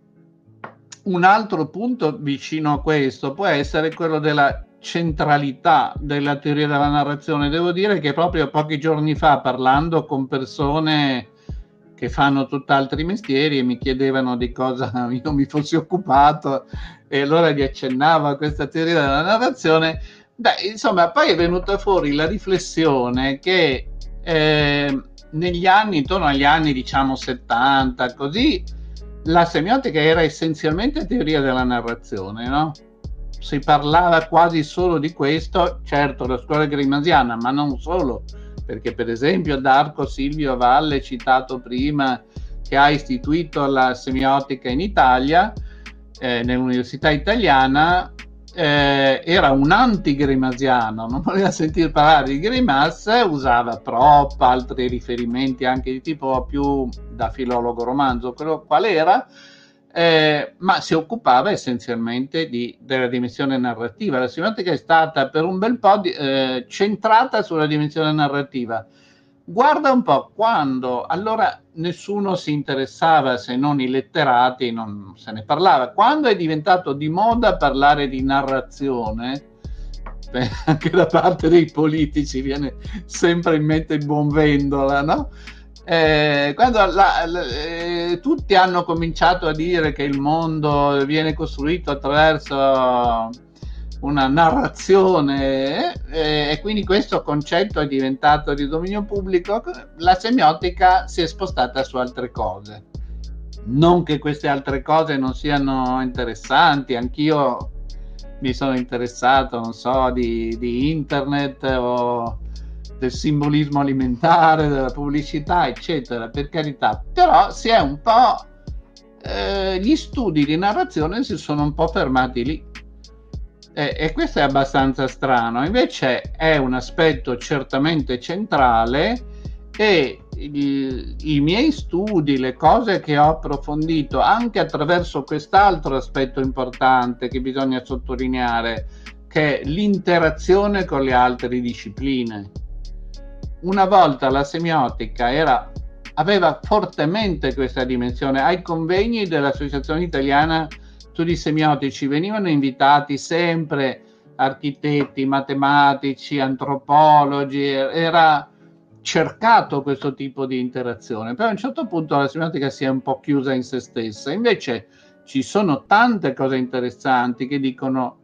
un altro punto vicino a questo può essere quello della centralità della teoria della narrazione. Devo dire che proprio pochi giorni fa, parlando con persone che fanno tutt'altri mestieri e mi chiedevano di cosa io mi fossi occupato, e allora gli accennavo a questa teoria della narrazione, beh, insomma, poi è venuta fuori la riflessione che eh, negli anni, intorno agli anni diciamo settanta, così, la semiotica era essenzialmente teoria della narrazione, no? Si parlava quasi solo di questo, certo la scuola grimasiana, ma non solo, perché per esempio Darco Silvio Valle, citato prima, che ha istituito la semiotica in Italia, eh, nell'università italiana, eh, era un anti-grimasiano, non voleva sentire parlare di Grimas, usava Prop, altri riferimenti anche di tipo più da filologo romanzo, quello qual era, eh, ma si occupava essenzialmente di, della dimensione narrativa. La semiotica è stata per un bel po' di, eh, centrata sulla dimensione narrativa. Guarda un po', quando allora nessuno si interessava, se non i letterati, non se ne parlava. Quando è diventato di moda parlare di narrazione, beh, anche da parte dei politici viene sempre in mente il buon Vendola, no? Eh, quando la, la, eh, tutti hanno cominciato a dire che il mondo viene costruito attraverso una narrazione eh, e quindi questo concetto è diventato di dominio pubblico, la semiotica si è spostata su altre cose. Non che queste altre cose non siano interessanti, anch'io mi sono interessato, non so, di, di internet o del simbolismo alimentare, della pubblicità, eccetera, per carità, però si è un po' eh, gli studi di narrazione si sono un po' fermati lì. E, e questo è abbastanza strano. Invece è un aspetto certamente centrale e i, i miei studi, le cose che ho approfondito anche attraverso quest'altro aspetto importante che bisogna sottolineare, che è l'interazione con le altre discipline. Una volta la semiotica era, aveva fortemente questa dimensione. Ai convegni dell'Associazione Italiana Studi Semiotici venivano invitati sempre architetti, matematici, antropologi, era cercato questo tipo di interazione, però a un certo punto la semiotica si è un po' chiusa in se stessa. Invece ci sono tante cose interessanti che dicono,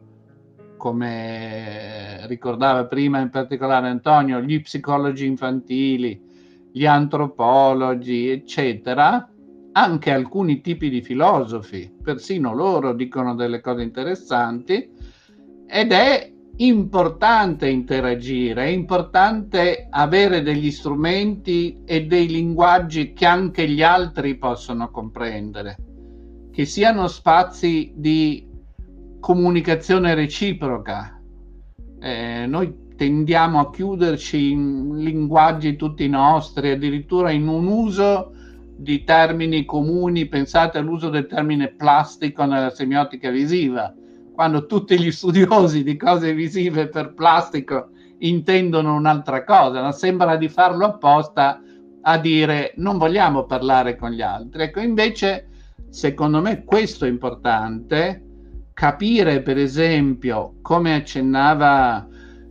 come ricordava prima in particolare Antonio, gli psicologi infantili, gli antropologi, eccetera. Anche alcuni tipi di filosofi, persino loro dicono delle cose interessanti, ed è importante interagire, è importante avere degli strumenti e dei linguaggi che anche gli altri possono comprendere, che siano spazi di comunicazione reciproca. Eh, noi tendiamo a chiuderci in linguaggi tutti nostri, addirittura in un uso di termini comuni. Pensate all'uso del termine plastico nella semiotica visiva, quando tutti gli studiosi di cose visive per plastico intendono un'altra cosa, ma sembra di farlo apposta a dire non vogliamo parlare con gli altri. Ecco, invece, secondo me questo è importante, capire per esempio, come accennava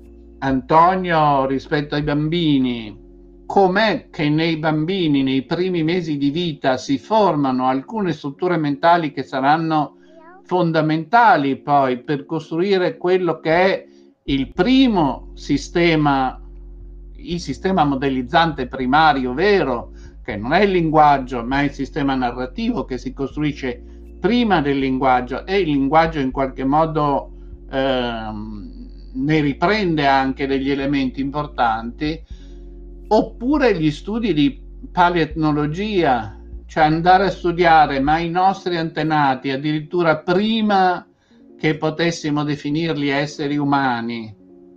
Antonio rispetto ai bambini, com'è che nei bambini, nei primi mesi di vita, si formano alcune strutture mentali che saranno fondamentali poi per costruire quello che è il primo sistema, il sistema modellizzante primario vero, che non è il linguaggio, ma è il sistema narrativo che si costruisce prima del linguaggio, e il linguaggio in qualche modo ehm, ne riprende anche degli elementi importanti. Oppure gli studi di paleoetnologia, cioè andare a studiare ma i nostri antenati, addirittura prima che potessimo definirli esseri umani,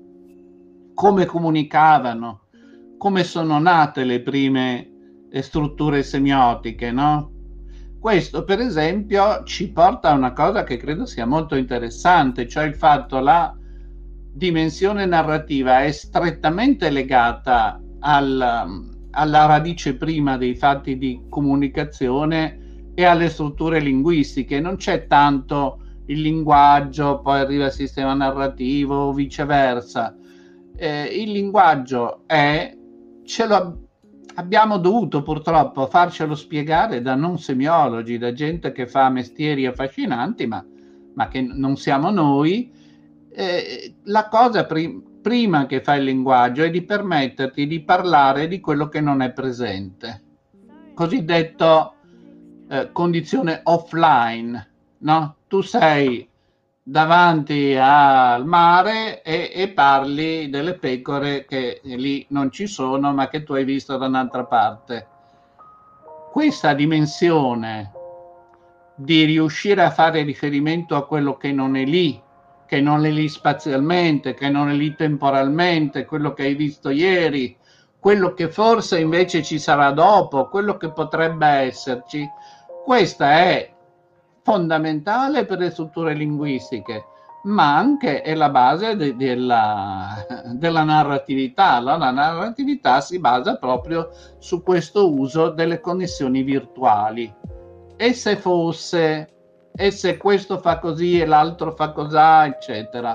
come comunicavano, come sono nate le prime strutture semiotiche, no? Questo per esempio ci porta a una cosa che credo sia molto interessante, cioè il fatto che la dimensione narrativa è strettamente legata al, alla radice prima dei fatti di comunicazione e alle strutture linguistiche. Non c'è tanto il linguaggio, poi arriva il sistema narrativo o viceversa. Eh, il linguaggio è, ce lo abbiamo dovuto purtroppo farcelo spiegare da non semiologi, da gente che fa mestieri affascinanti, ma, ma che non siamo noi. Eh, la cosa pri- prima che fa il linguaggio è di permetterti di parlare di quello che non è presente, cosiddetto eh, condizione offline, no? Tu sei davanti al mare e, e parli delle pecore che lì non ci sono, ma che tu hai visto da un'altra parte. Questa dimensione di riuscire a fare riferimento a quello che non è lì, che non è lì spazialmente, che non è lì temporalmente, quello che hai visto ieri, quello che forse invece ci sarà dopo, quello che potrebbe esserci, questa è fondamentale per le strutture linguistiche, ma anche è la base de- della, della narratività. Allora, la narratività si basa proprio su questo uso delle connessioni virtuali. E se fosse... e se questo fa così e l'altro fa cos'ha, eccetera.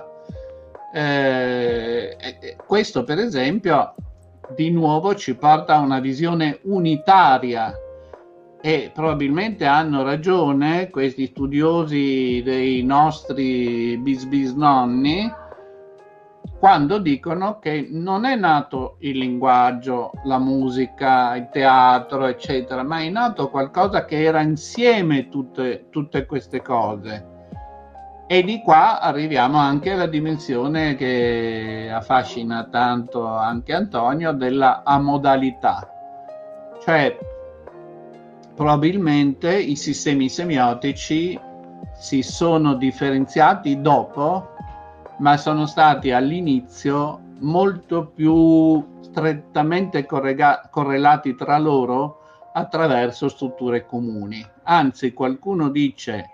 Eh, questo per esempio di nuovo ci porta a una visione unitaria, e probabilmente hanno ragione questi studiosi dei nostri bis bis nonni quando dicono che non è nato il linguaggio, la musica, il teatro, eccetera, ma è nato qualcosa che era insieme tutte, tutte queste cose. E di qua arriviamo anche alla dimensione che affascina tanto anche Antonio, della amodalità. Cioè, probabilmente i sistemi semiotici si sono differenziati dopo, ma sono stati all'inizio molto più strettamente correga- correlati tra loro attraverso strutture comuni. Anzi, qualcuno dice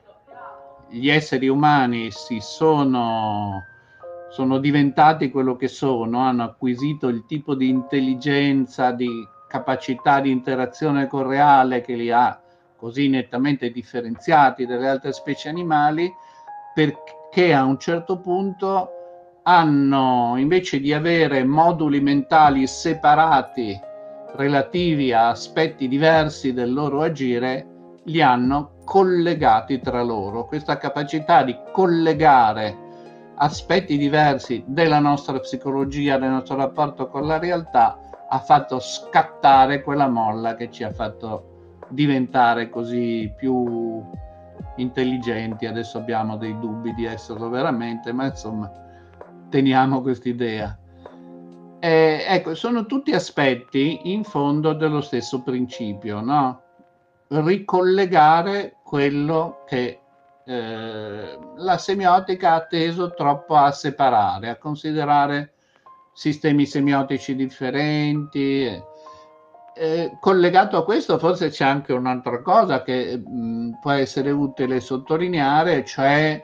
gli esseri umani si sono, sono diventati quello che sono, hanno acquisito il tipo di intelligenza, di capacità di interazione col reale che li ha così nettamente differenziati dalle altre specie animali, perché che a un certo punto hanno, invece di avere moduli mentali separati relativi a aspetti diversi del loro agire, li hanno collegati tra loro. Questa capacità di collegare aspetti diversi della nostra psicologia, del nostro rapporto con la realtà, ha fatto scattare quella molla che ci ha fatto diventare così più intelligenti. Adesso abbiamo dei dubbi di esserlo veramente, ma insomma teniamo quest'idea. Eh, ecco, sono tutti aspetti in fondo dello stesso principio, no? Ricollegare quello che eh, la semiotica ha teso troppo a separare, a considerare sistemi semiotici differenti. eh, collegato a questo forse c'è anche un'altra cosa che mh, può essere utile sottolineare, cioè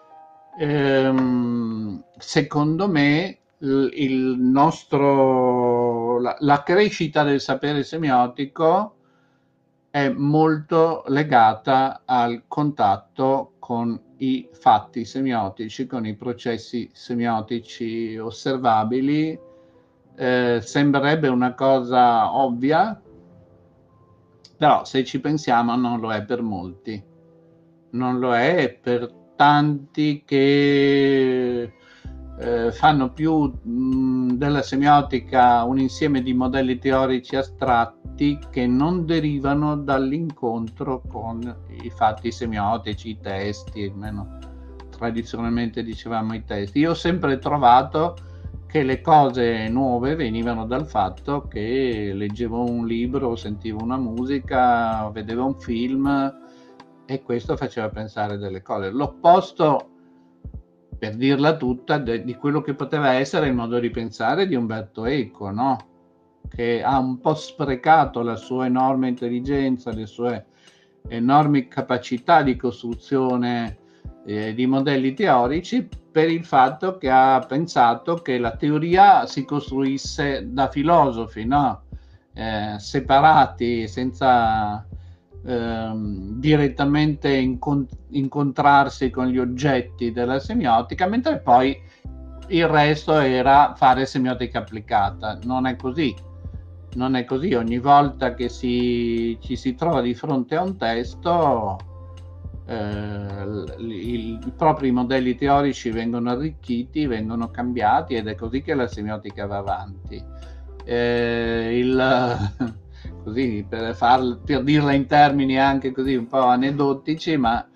ehm, secondo me il, il nostro la, la crescita del sapere semiotico è molto legata al contatto con i fatti semiotici, con i processi semiotici osservabili. Eh, sembrerebbe una cosa ovvia, però se ci pensiamo non lo è per molti. Non lo è per tanti che eh, fanno più mh, della semiotica un insieme di modelli teorici astratti che non derivano dall'incontro con i fatti semiotici, i testi, almeno tradizionalmente dicevamo i testi. Io ho sempre trovato che le cose nuove venivano dal fatto che leggevo un libro, sentivo una musica, vedevo un film e questo faceva pensare delle cose. L'opposto, per dirla tutta, de- di quello che poteva essere il modo di pensare di Umberto Eco, no? Che ha un po' sprecato la sua enorme intelligenza, le sue enormi capacità di costruzione eh, di modelli teorici per il fatto che ha pensato che la teoria si costruisse da filosofi, no? Eh, separati, senza ehm, direttamente incont- incontrarsi con gli oggetti della semiotica, mentre poi il resto era fare semiotica applicata. Non è così. Non è così. Ogni volta che si, ci si trova di fronte a un testo, eh, i, i propri modelli teorici vengono arricchiti, vengono cambiati ed è così che la semiotica va avanti. Eh, il, così per, far, per dirla in termini anche così un po' aneddotici, ma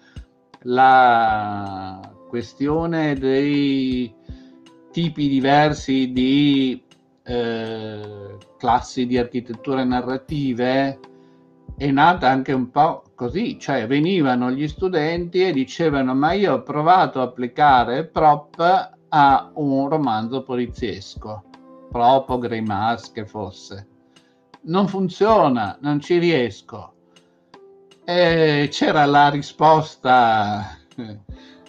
la questione dei tipi diversi di eh, classi di architetture narrative è nata anche un po' così, cioè venivano gli studenti e dicevano: ma io ho provato a applicare prop a un romanzo poliziesco, prop o Greimas che fosse, non funziona, non ci riesco. E c'era la risposta eh,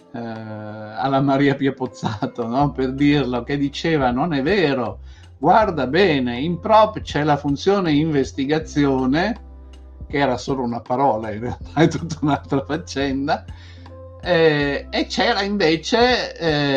alla Maria Pia Pozzato, no? Per dirlo, che diceva: non è vero, guarda bene, in prop c'è la funzione investigazione, che era solo una parola, in realtà è tutta un'altra faccenda, eh, e c'era invece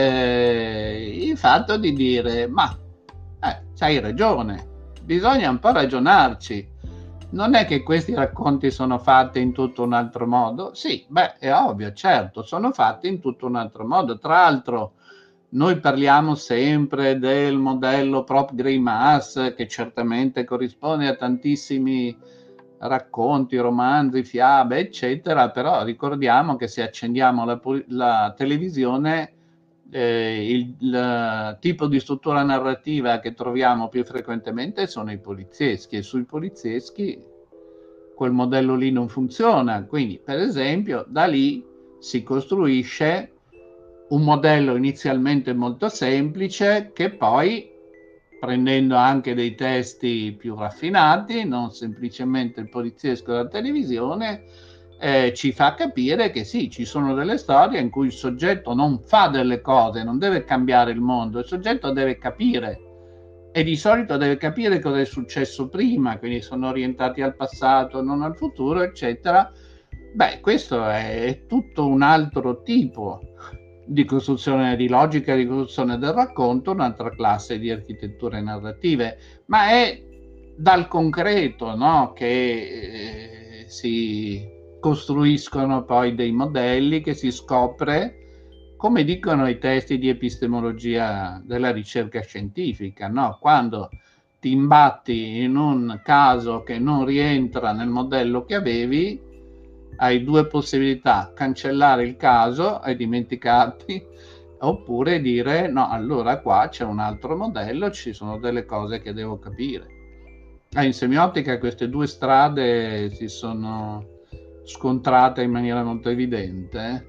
eh, il fatto di dire: ma eh, c'hai ragione, bisogna un po' ragionarci. Non è che questi racconti sono fatti in tutto un altro modo? Sì, beh, è ovvio, certo, sono fatti in tutto un altro modo. Tra l'altro, noi parliamo sempre del modello prop Greimas, che certamente corrisponde a tantissimi racconti, romanzi, fiabe, eccetera, però ricordiamo che se accendiamo la, la televisione, eh, il, il tipo di struttura narrativa che troviamo più frequentemente sono i polizieschi, e sui polizieschi quel modello lì non funziona. Quindi, per esempio, da lì si costruisce un modello inizialmente molto semplice che poi, prendendo anche dei testi più raffinati, non semplicemente il poliziesco della televisione, eh, ci fa capire che sì, ci sono delle storie in cui il soggetto non fa delle cose, non deve cambiare il mondo, il soggetto deve capire, e di solito deve capire cosa è successo prima, quindi sono orientati al passato, non al futuro, eccetera. Beh, questo è, è tutto un altro tipo di costruzione di logica, di costruzione del racconto, un'altra classe di architetture narrative, ma è dal concreto, no, che eh, si costruiscono poi dei modelli, che si scopre, come dicono i testi di epistemologia della ricerca scientifica, no? Quando ti imbatti in un caso che non rientra nel modello che avevi, hai due possibilità: cancellare il caso e dimenticarti, oppure dire: no, allora qua c'è un altro modello, ci sono delle cose che devo capire. Ah, in semiotica queste due strade si sono scontrate in maniera molto evidente. Eh?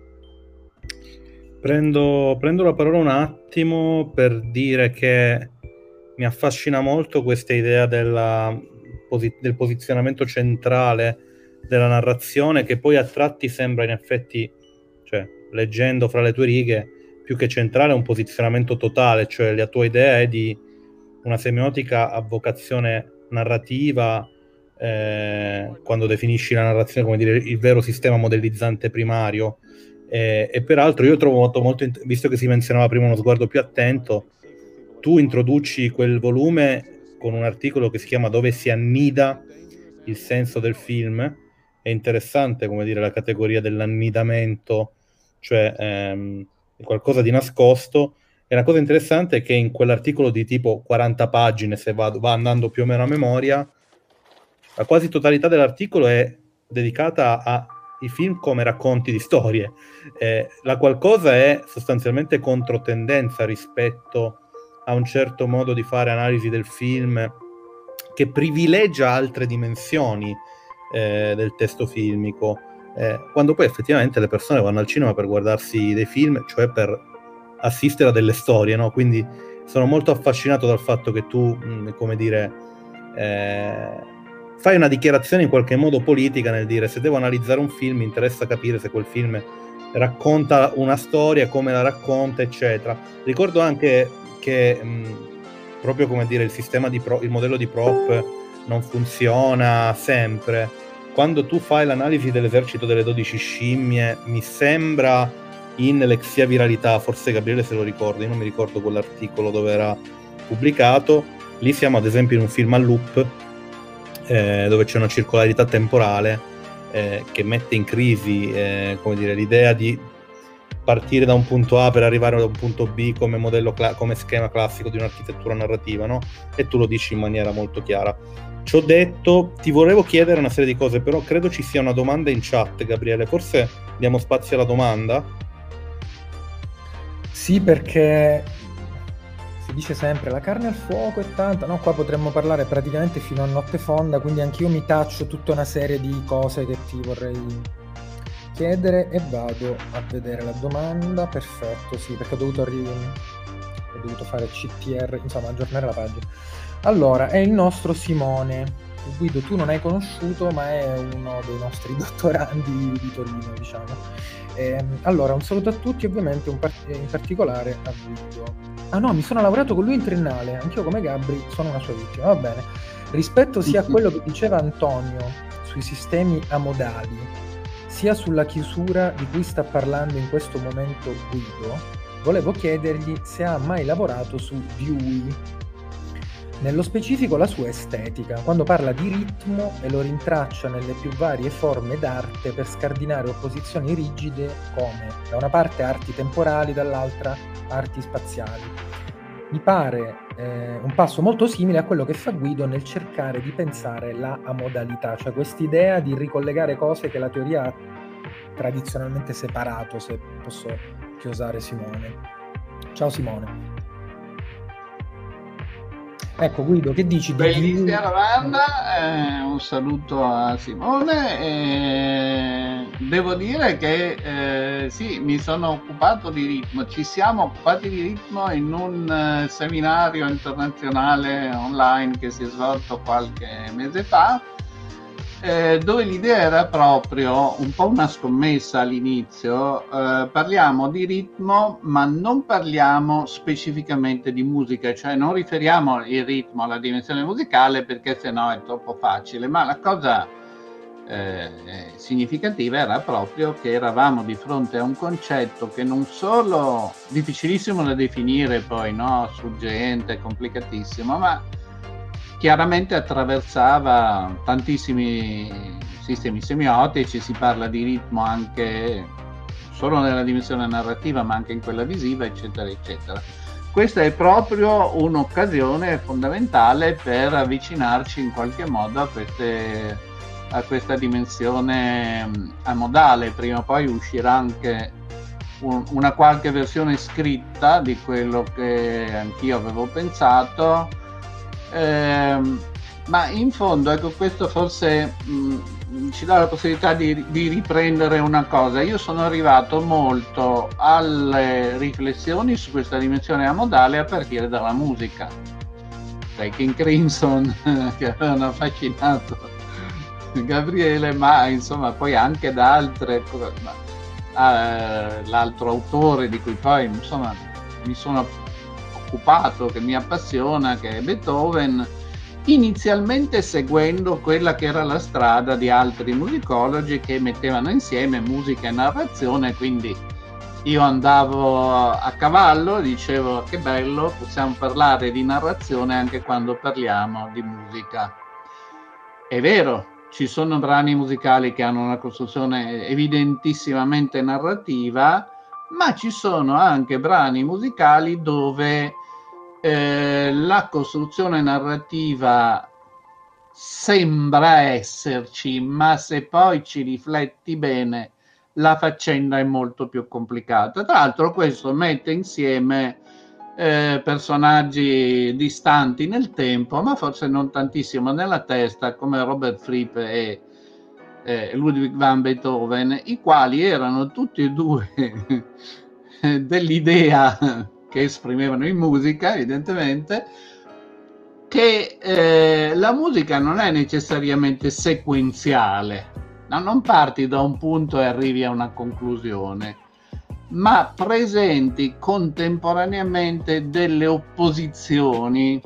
Prendo, prendo la parola un attimo per dire che mi affascina molto questa idea della posi- del posizionamento centrale della narrazione, che poi a tratti sembra in effetti, cioè leggendo fra le tue righe, più che centrale è un posizionamento totale, cioè la tua idea è di una semiotica a vocazione narrativa, eh, quando definisci la narrazione come dire il vero sistema modellizzante primario, eh, e peraltro io trovo molto, molto, visto che si menzionava prima uno sguardo più attento, tu introduci quel volume con un articolo che si chiama Dove si annida il senso del film. È interessante, come dire, la categoria dell'annidamento, cioè ehm, qualcosa di nascosto. E una cosa interessante è che in quell'articolo di tipo quaranta pagine, se va, va andando più o meno a memoria, la quasi totalità dell'articolo è dedicata ai film come racconti di storie. Eh, la qualcosa è sostanzialmente controtendenza rispetto a un certo modo di fare analisi del film che privilegia altre dimensioni eh, del testo filmico, eh, quando poi effettivamente le persone vanno al cinema per guardarsi dei film, cioè per assistere a delle storie, no? Quindi sono molto affascinato dal fatto che tu, mh, come dire, eh, fai una dichiarazione in qualche modo politica nel dire: se devo analizzare un film mi interessa capire se quel film racconta una storia, come la racconta, eccetera. Ricordo anche che mh, proprio, come dire, il sistema di pro, il modello di prop non funziona sempre. Quando tu fai l'analisi dell'esercito delle dodici scimmie, mi sembra in Lexia Viralità, forse Gabriele se lo ricorda, io non mi ricordo quell'articolo dove era pubblicato, lì siamo ad esempio in un film a loop, eh, dove c'è una circolarità temporale eh, che mette in crisi eh, come dire, l'idea di partire da un punto A per arrivare da un punto B come modello cla- come schema classico di un'architettura narrativa, no? E tu lo dici in maniera molto chiara. Ci ho detto, ti volevo chiedere una serie di cose, però credo ci sia una domanda in chat, Gabriele, forse diamo spazio alla domanda? Sì, perché si dice sempre la carne al fuoco è tanta, no? Qua potremmo parlare praticamente fino a notte fonda, quindi anch'io mi taccio tutta una serie di cose che ti vorrei chiedere e vado a vedere la domanda. Perfetto, sì, perché ho dovuto, ri... ho dovuto fare C T R, insomma aggiornare la pagina. Allora, è il nostro Simone. Guido, tu non hai conosciuto, ma è uno dei nostri dottorandi di Torino, diciamo. Eh, allora, un saluto a tutti, ovviamente, un part- in particolare a Guido. Ah no, mi sono lavorato con lui in triennale, anch'io come Gabri sono una sua vittima, va bene. Rispetto sia a quello che diceva Antonio sui sistemi amodali, sia sulla chiusura di cui sta parlando in questo momento Guido, volevo chiedergli se ha mai lavorato su Dewey, nello specifico la sua estetica, quando parla di ritmo e lo rintraccia nelle più varie forme d'arte per scardinare opposizioni rigide come da una parte arti temporali, dall'altra arti spaziali. Mi pare eh, un passo molto simile a quello che fa Guido nel cercare di pensare la amodalità, cioè quest'idea di ricollegare cose che la teoria ha tradizionalmente separato, se posso chiosare Simone. Ciao Simone. Ecco Guido, che dici? Bellissima domanda, eh, un saluto a Simone. Eh, devo dire che eh, sì, mi sono occupato di ritmo, ci siamo occupati di ritmo in un eh, seminario internazionale online che si è svolto qualche mese fa, eh, dove l'idea era proprio un po' una scommessa all'inizio. Eh, parliamo di ritmo, ma non parliamo specificamente di musica, cioè non riferiamo il ritmo alla dimensione musicale perché sennò è troppo facile, ma la cosa eh, significativa era proprio che eravamo di fronte a un concetto che non solo difficilissimo da definire, poi no, sfuggente, complicatissimo, ma chiaramente attraversava tantissimi sistemi semiotici. Si parla di ritmo anche solo nella dimensione narrativa, ma anche in quella visiva, eccetera, eccetera. Questa è proprio un'occasione fondamentale per avvicinarci in qualche modo a, queste, a questa dimensione amodale. Prima o poi uscirà anche un, una qualche versione scritta di quello che anch'io avevo pensato. Eh, ma in fondo, ecco, questo forse mh, ci dà la possibilità di, di riprendere una cosa. Io sono arrivato molto alle riflessioni su questa dimensione amodale a partire dalla musica, dai King Crimson che avevano affascinato Gabriele, ma insomma poi anche da altre, eh, l'altro autore di cui poi insomma mi sono occupato, che mi appassiona, che è Beethoven, inizialmente seguendo quella che era la strada di altri musicologi che mettevano insieme musica e narrazione, quindi io andavo a cavallo e dicevo che bello, possiamo parlare di narrazione anche quando parliamo di musica. È vero, ci sono brani musicali che hanno una costruzione evidentissimamente narrativa, ma ci sono anche brani musicali dove eh, la costruzione narrativa sembra esserci, ma se poi ci rifletti bene la faccenda è molto più complicata. Tra l'altro questo mette insieme eh, personaggi distanti nel tempo, ma forse non tantissimo nella testa, come Robert Fripp e eh, Ludwig van Beethoven, i quali erano tutti e due dell'idea che esprimevano in musica, evidentemente, che eh, la musica non è necessariamente sequenziale, no? Non parti da un punto e arrivi a una conclusione, ma presenti contemporaneamente delle opposizioni.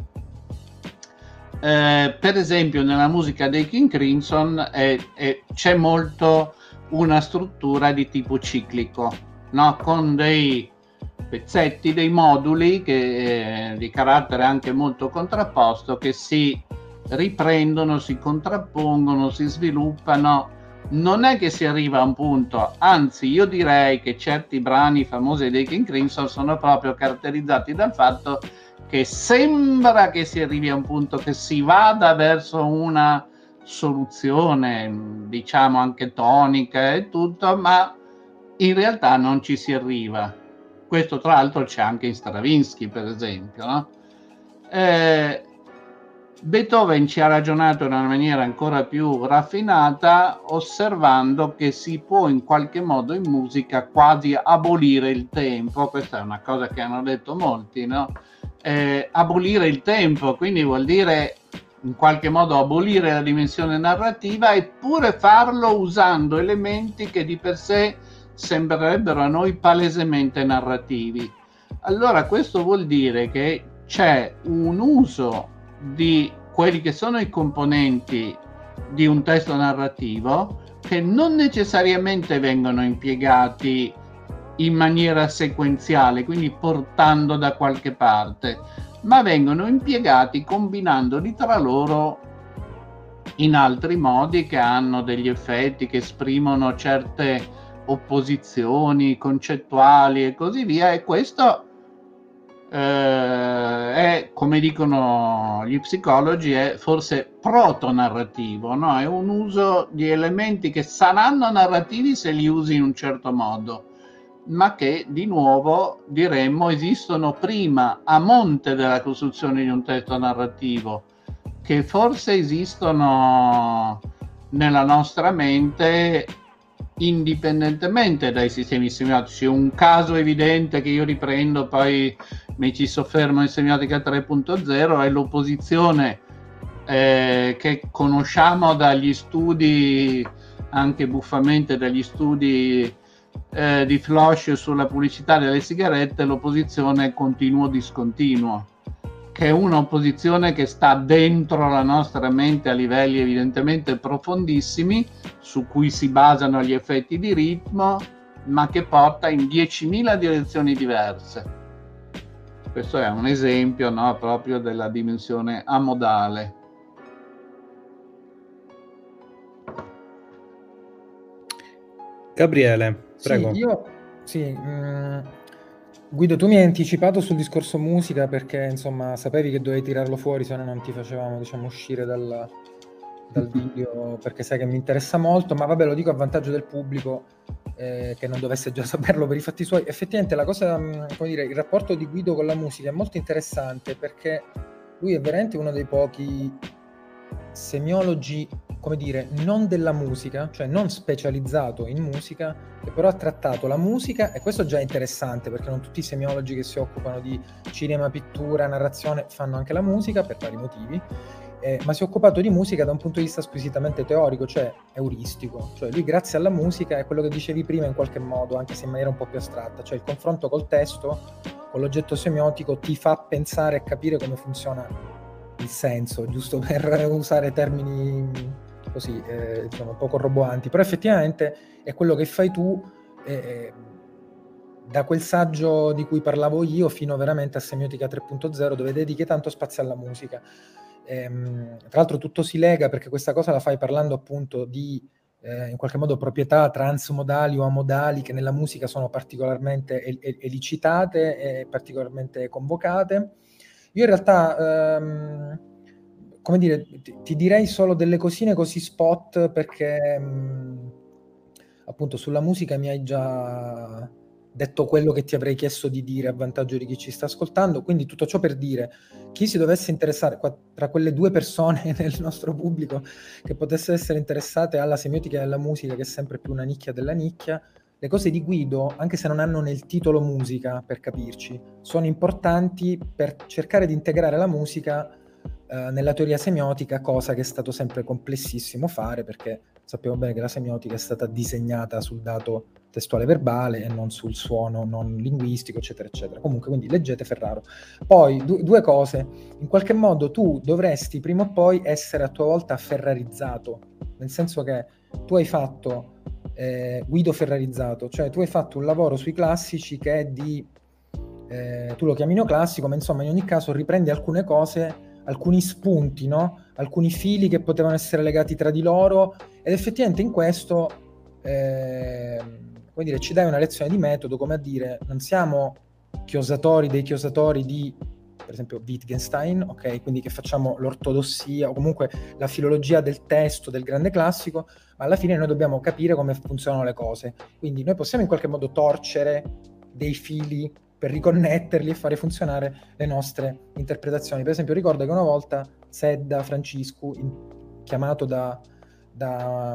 Eh, per esempio nella musica dei King Crimson è, è, c'è molto una struttura di tipo ciclico, no? Con dei pezzetti, dei moduli che, eh, di carattere anche molto contrapposto, che si riprendono, si contrappongono, si sviluppano. Non è che si arriva a un punto, anzi io direi che certi brani famosi dei King Crimson sono proprio caratterizzati dal fatto che sembra che si arrivi a un punto, che si vada verso una soluzione, diciamo anche tonica e tutto, ma in realtà non ci si arriva. Questo tra l'altro c'è anche in Stravinsky, per esempio, no? Eh, Beethoven ci ha ragionato in una maniera ancora più raffinata, osservando che si può in qualche modo in musica quasi abolire il tempo. Questa è una cosa che hanno detto molti, no? Eh, abolire il tempo, quindi vuol dire in qualche modo abolire la dimensione narrativa, eppure farlo usando elementi che di per sé sembrerebbero a noi palesemente narrativi. Allora questo vuol dire che c'è un uso di quelli che sono i componenti di un testo narrativo che non necessariamente vengono impiegati in maniera sequenziale, quindi portando da qualche parte, ma vengono impiegati combinandoli tra loro in altri modi che hanno degli effetti, che esprimono certe opposizioni concettuali e così via, e questo eh, è, come dicono gli psicologi, è forse proto-narrativo, no? È un uso di elementi che saranno narrativi se li usi in un certo modo, ma che di nuovo diremmo esistono prima, a monte della costruzione di un testo narrativo, che forse esistono nella nostra mente indipendentemente dai sistemi semiotici. Un caso evidente che io riprendo, poi mi ci soffermo in semiotica tre punto zero, è l'opposizione eh, che conosciamo dagli studi, anche buffamente dagli studi eh, di Flosch sulla pubblicità delle sigarette, l'opposizione continuo-discontinuo, che è un'opposizione che sta dentro la nostra mente a livelli evidentemente profondissimi, su cui si basano gli effetti di ritmo, ma che porta in diecimila direzioni diverse. Questo è un esempio, no, proprio della dimensione amodale. Gabriele, prego. Sì, io, sì, mh, Guido, tu mi hai anticipato sul discorso musica perché insomma sapevi che dovevi tirarlo fuori, se no non ti facevamo, diciamo, uscire dal, dal video, perché sai che mi interessa molto, ma vabbè, lo dico a vantaggio del pubblico eh, che non dovesse già saperlo per i fatti suoi. Effettivamente la cosa, mh, come dire, il rapporto di Guido con la musica è molto interessante perché lui è veramente uno dei pochi semiologi come dire, non della musica, cioè non specializzato in musica, che però ha trattato la musica, e questo già è interessante perché non tutti i semiologi che si occupano di cinema, pittura, narrazione fanno anche la musica per vari motivi, eh, ma si è occupato di musica da un punto di vista squisitamente teorico, cioè euristico, cioè lui grazie alla musica è quello che dicevi prima in qualche modo, anche se in maniera un po' più astratta, cioè il confronto col testo, con l'oggetto semiotico ti fa pensare e capire come funziona il senso, giusto per usare termini così, eh, diciamo, poco roboanti, però effettivamente è quello che fai tu, eh, da quel saggio di cui parlavo io fino veramente a Semiotica tre punto zero, dove dedichi tanto spazio alla musica. Ehm, tra l'altro tutto si lega, perché questa cosa la fai parlando appunto di eh, in qualche modo proprietà transmodali o amodali che nella musica sono particolarmente el- el- elicitate e particolarmente convocate. Io in realtà ehm, come dire, ti, ti direi solo delle cosine così spot, perché mh, appunto sulla musica mi hai già detto quello che ti avrei chiesto di dire a vantaggio di chi ci sta ascoltando, quindi tutto ciò per dire, chi si dovesse interessare, qua, tra quelle due persone nel nostro pubblico che potessero essere interessate alla semiotica e alla musica, che è sempre più una nicchia della nicchia, le cose di Guido, anche se non hanno nel titolo musica, per capirci, sono importanti per cercare di integrare la musica eh, nella teoria semiotica, cosa che è stato sempre complessissimo fare, perché sappiamo bene che la semiotica è stata disegnata sul dato testuale verbale e non sul suono non linguistico, eccetera, eccetera. Comunque, quindi leggete Ferraro. Poi, du- due cose. In qualche modo tu dovresti prima o poi essere a tua volta ferrarizzato, nel senso che tu hai fatto eh, Guido ferrarizzato, cioè tu hai fatto un lavoro sui classici che è di, eh, tu lo chiami neoclassico, ma insomma in ogni caso riprendi alcune cose, alcuni spunti, no? Alcuni fili che potevano essere legati tra di loro, ed effettivamente in questo eh, come dire, ci dai una lezione di metodo, come a dire, non siamo chiosatori dei chiosatori di, per esempio, Wittgenstein, ok? Quindi che facciamo l'ortodossia o comunque la filologia del testo del grande classico, ma alla fine noi dobbiamo capire come funzionano le cose. Quindi noi possiamo in qualche modo torcere dei fili per riconnetterli e fare funzionare le nostre interpretazioni. Per esempio, ricordo che una volta Sedda Franciscu, in, chiamato da, da,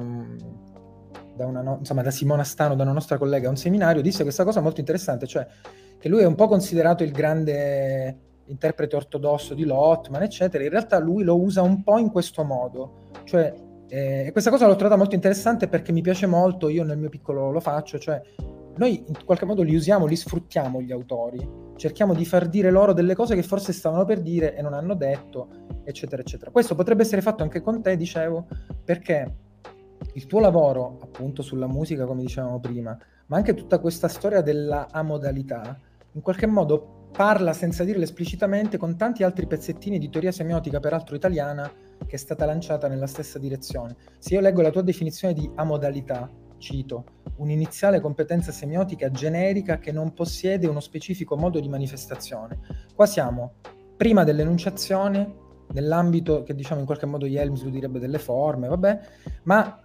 da, una no, insomma, da Simona Stano, da una nostra collega a un seminario, disse questa cosa molto interessante, cioè che lui è un po' considerato il grande interprete ortodosso di Lotman, eccetera. In realtà lui lo usa un po' in questo modo, cioè eh, e questa cosa l'ho trovata molto interessante perché mi piace molto, io nel mio piccolo lo faccio, cioè noi in qualche modo li usiamo, li sfruttiamo gli autori, cerchiamo di far dire loro delle cose che forse stavano per dire e non hanno detto, eccetera, eccetera. Questo potrebbe essere fatto anche con te, dicevo, perché il tuo lavoro, appunto, sulla musica, come dicevamo prima, ma anche tutta questa storia della amodalità, in qualche modo parla, senza dirlo esplicitamente, con tanti altri pezzettini di teoria semiotica, peraltro italiana, che è stata lanciata nella stessa direzione. Se io leggo la tua definizione di amodalità, cito, un'iniziale competenza semiotica generica che non possiede uno specifico modo di manifestazione. Qua siamo prima dell'enunciazione, nell'ambito che diciamo in qualche modo Jelms lo direbbe delle forme, vabbè, ma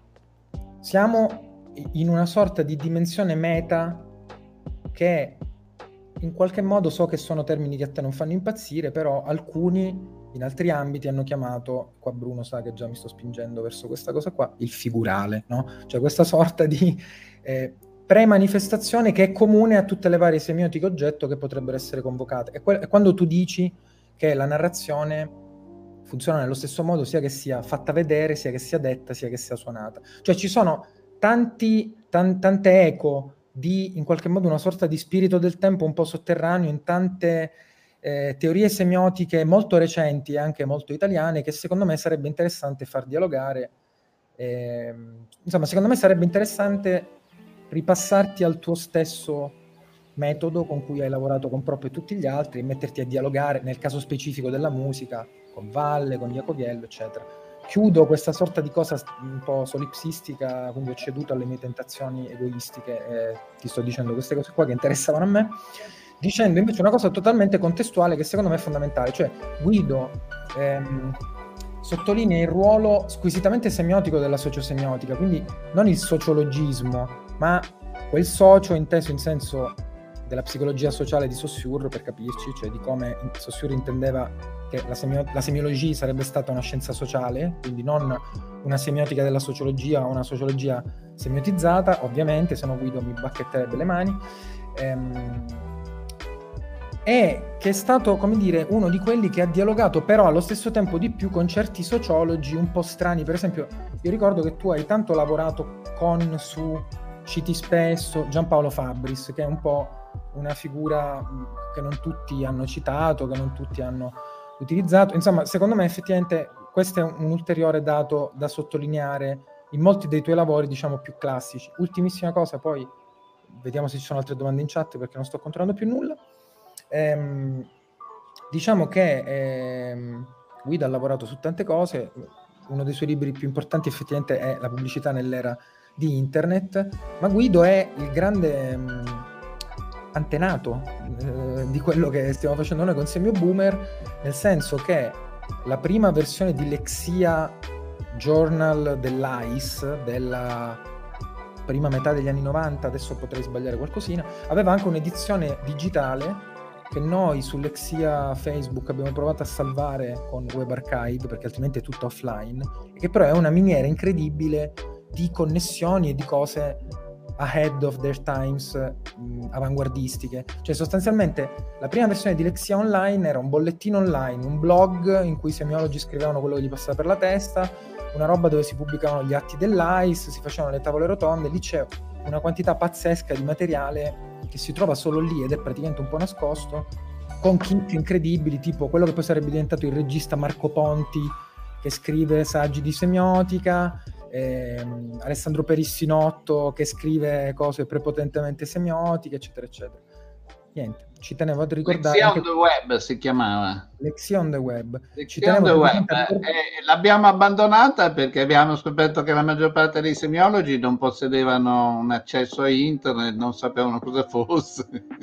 siamo in una sorta di dimensione meta che in qualche modo, so che sono termini che a te non fanno impazzire, però alcuni in altri ambiti hanno chiamato, qua Bruno sa che già mi sto spingendo verso questa cosa qua, il figurale, no? Cioè questa sorta di eh, pre-manifestazione che è comune a tutte le varie semiotiche oggetto che potrebbero essere convocate. E, que- e quando tu dici che la narrazione funziona nello stesso modo, sia che sia fatta vedere, sia che sia detta, sia che sia suonata. Cioè ci sono tanti, tan- tante eco di, in qualche modo, una sorta di spirito del tempo un po' sotterraneo in tante eh, teorie semiotiche molto recenti e anche molto italiane, che secondo me sarebbe interessante far dialogare. Eh, insomma, secondo me sarebbe interessante ripassarti al tuo stesso metodo con cui hai lavorato con Prop e tutti gli altri e metterti a dialogare, nel caso specifico della musica, con Valle, con Jacoviello, eccetera. Chiudo questa sorta di cosa un po' solipsistica, quindi ho ceduto alle mie tentazioni egoistiche e ti sto dicendo queste cose qua che interessavano a me, dicendo invece una cosa totalmente contestuale che secondo me è fondamentale, cioè Guido ehm, sottolinea il ruolo squisitamente semiotico della sociosemiotica, quindi non il sociologismo, ma quel socio inteso in senso della psicologia sociale di Saussure, per capirci, cioè di come Saussure intendeva che la, semio- la semiologia sarebbe stata una scienza sociale, quindi non una semiotica della sociologia o una sociologia semiotizzata, ovviamente, se no Guido mi bacchetterebbe le mani, ehm, e che è stato, come dire, uno di quelli che ha dialogato però allo stesso tempo di più con certi sociologi un po' strani. Per esempio, io ricordo che tu hai tanto lavorato con, su, citi spesso Giampaolo Fabris, che è un po' una figura che non tutti hanno citato, che non tutti hanno utilizzato. Insomma, secondo me effettivamente questo è un ulteriore dato da sottolineare in molti dei tuoi lavori, diciamo, più classici. Ultimissima cosa, poi vediamo se ci sono altre domande in chat perché non sto controllando più nulla. Ehm, diciamo che ehm, Guido ha lavorato su tante cose. Uno dei suoi libri più importanti effettivamente è La pubblicità nell'era di internet, ma Guido è il grande mh, antenato eh, di quello che stiamo facendo noi con Semio Boomer, nel senso che la prima versione di Lexia Journal dell'A I S della prima metà degli anni novanta, adesso potrei sbagliare qualcosina, aveva anche un'edizione digitale che noi su Lexia Facebook abbiamo provato a salvare con Web Archive, perché altrimenti è tutto offline, e che però è una miniera incredibile di connessioni e di cose ahead of their times, mh, avanguardistiche. Cioè sostanzialmente la prima versione di Lexia Online era un bollettino online, un blog in cui i semiologi scrivevano quello che gli passava per la testa, una roba dove si pubblicavano gli atti dell'A I S, si facevano le tavole rotonde. Lì c'è una quantità pazzesca di materiale che si trova solo lì ed è praticamente un po' nascosto, con chicche incredibili, tipo quello che poi sarebbe diventato il regista Marco Ponti, che scrive saggi di semiotica, ehm, Alessandro Perissinotto che scrive cose prepotentemente semiotiche, eccetera eccetera. Niente, ci tenevo a ricordare Lexia anche... on the Web si chiamava. Lexia on the Web. Lexia Ci tenevo on the Web. ricordare... Eh, l'abbiamo abbandonata perché abbiamo scoperto che la maggior parte dei semiologi non possedevano un accesso a internet, non sapevano cosa fosse.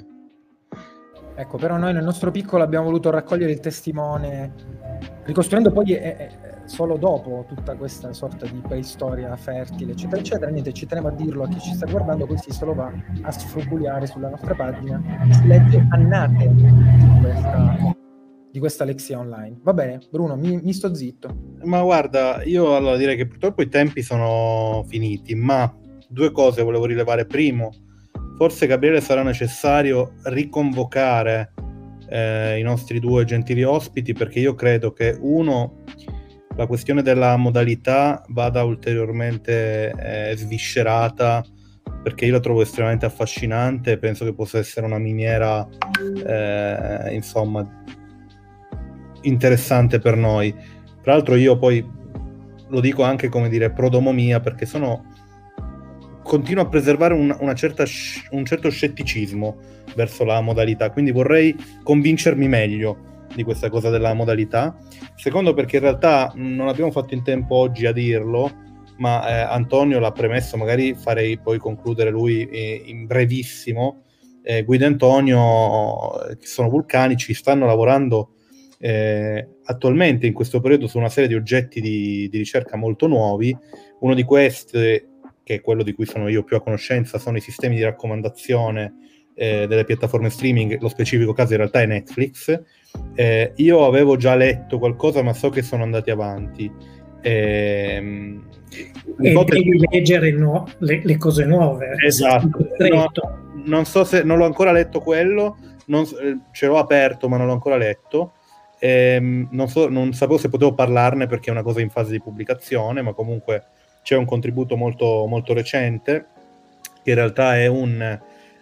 Ecco, però noi nel nostro piccolo abbiamo voluto raccogliere il testimone, ricostruendo poi eh, eh, solo dopo tutta questa sorta di preistoria fertile, eccetera, eccetera. Niente, ci tenevo a dirlo a chi ci sta guardando, così se lo va a sfruculiare sulla nostra pagina e si legge annate di questa, di questa Lexia online. Va bene, Bruno, mi, mi sto zitto. Ma guarda, io allora direi che purtroppo i tempi sono finiti, ma due cose volevo rilevare. Primo, forse Gabriele sarà necessario riconvocare eh, i nostri due gentili ospiti, perché io credo che uno, la questione della modalità vada ulteriormente eh, sviscerata, perché io la trovo estremamente affascinante e penso che possa essere una miniera eh, insomma interessante per noi. Tra l'altro io poi lo dico anche, come dire, pro domo mia, perché sono continuo a preservare una, una certa, un certo scetticismo verso la modalità, quindi vorrei convincermi meglio di questa cosa della modalità. Secondo, perché in realtà non abbiamo fatto in tempo oggi a dirlo, ma eh, Antonio l'ha premesso, magari farei poi concludere lui eh, in brevissimo. eh, Guido e Antonio, che sono vulcanici, stanno lavorando eh, attualmente in questo periodo su una serie di oggetti di, di ricerca molto nuovi. Uno di questi, che è quello di cui sono io più a conoscenza, sono i sistemi di raccomandazione eh, delle piattaforme streaming. Lo specifico caso in realtà è Netflix. Eh, io avevo già letto qualcosa, ma so che sono andati avanti. Eh, e devi che... leggere no, le, le cose nuove. Esatto. No, non so se non l'ho ancora letto quello, non, ce l'ho aperto ma non l'ho ancora letto. Eh, non, so, non sapevo se potevo parlarne perché è una cosa in fase di pubblicazione, ma comunque c'è un contributo molto, molto recente, che in realtà è un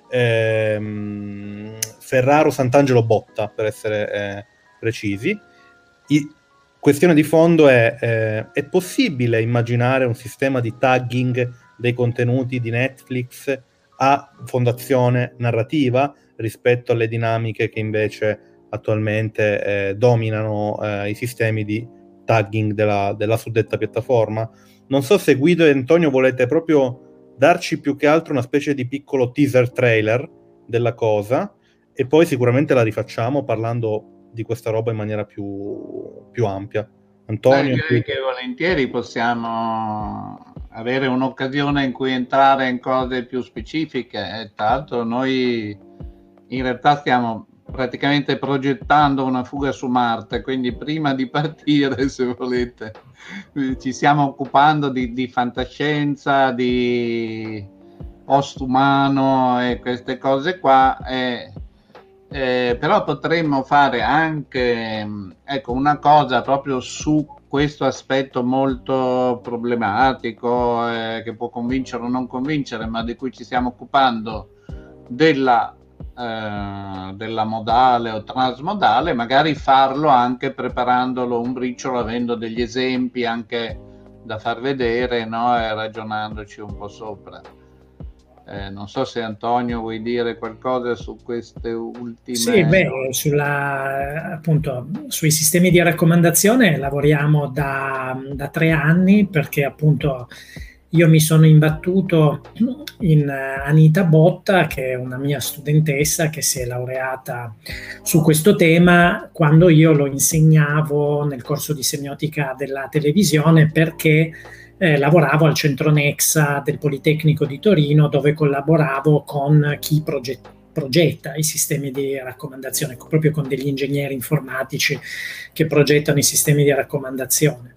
ehm, Ferraro Sant'Angelo Botta, per essere eh, precisi. I, questione di fondo è, eh, è possibile immaginare un sistema di tagging dei contenuti di Netflix a fondazione narrativa rispetto alle dinamiche che invece attualmente eh, dominano eh, i sistemi di tagging della, della suddetta piattaforma? Non so se Guido e Antonio volete proprio darci più che altro una specie di piccolo teaser trailer della cosa, e poi sicuramente la rifacciamo parlando di questa roba in maniera più, più ampia. Antonio? Beh, direi che volentieri possiamo avere un'occasione in cui entrare in cose più specifiche. E tanto noi in realtà stiamo praticamente progettando una fuga su Marte, quindi prima di partire, se volete, ci stiamo occupando di, di fantascienza, di host umano e queste cose qua, e, eh, però potremmo fare anche, ecco, una cosa proprio su questo aspetto molto problematico, eh, che può convincere o non convincere, ma di cui ci stiamo occupando, della Eh, della modale o transmodale, magari farlo anche preparandolo un briciolo, avendo degli esempi anche da far vedere, no? E ragionandoci un po' sopra. Eh, non so se Antonio vuoi dire qualcosa su queste ultime. Sì, beh, sulla, appunto, sui sistemi di raccomandazione lavoriamo da, da tre anni, perché appunto io mi sono imbattuto in Anita Botta, che è una mia studentessa che si è laureata su questo tema, quando io lo insegnavo nel corso di semiotica della televisione, perché eh, lavoravo al centro Nexa del Politecnico di Torino, dove collaboravo con chi progetta, progetta i sistemi di raccomandazione, proprio con degli ingegneri informatici che progettano i sistemi di raccomandazione.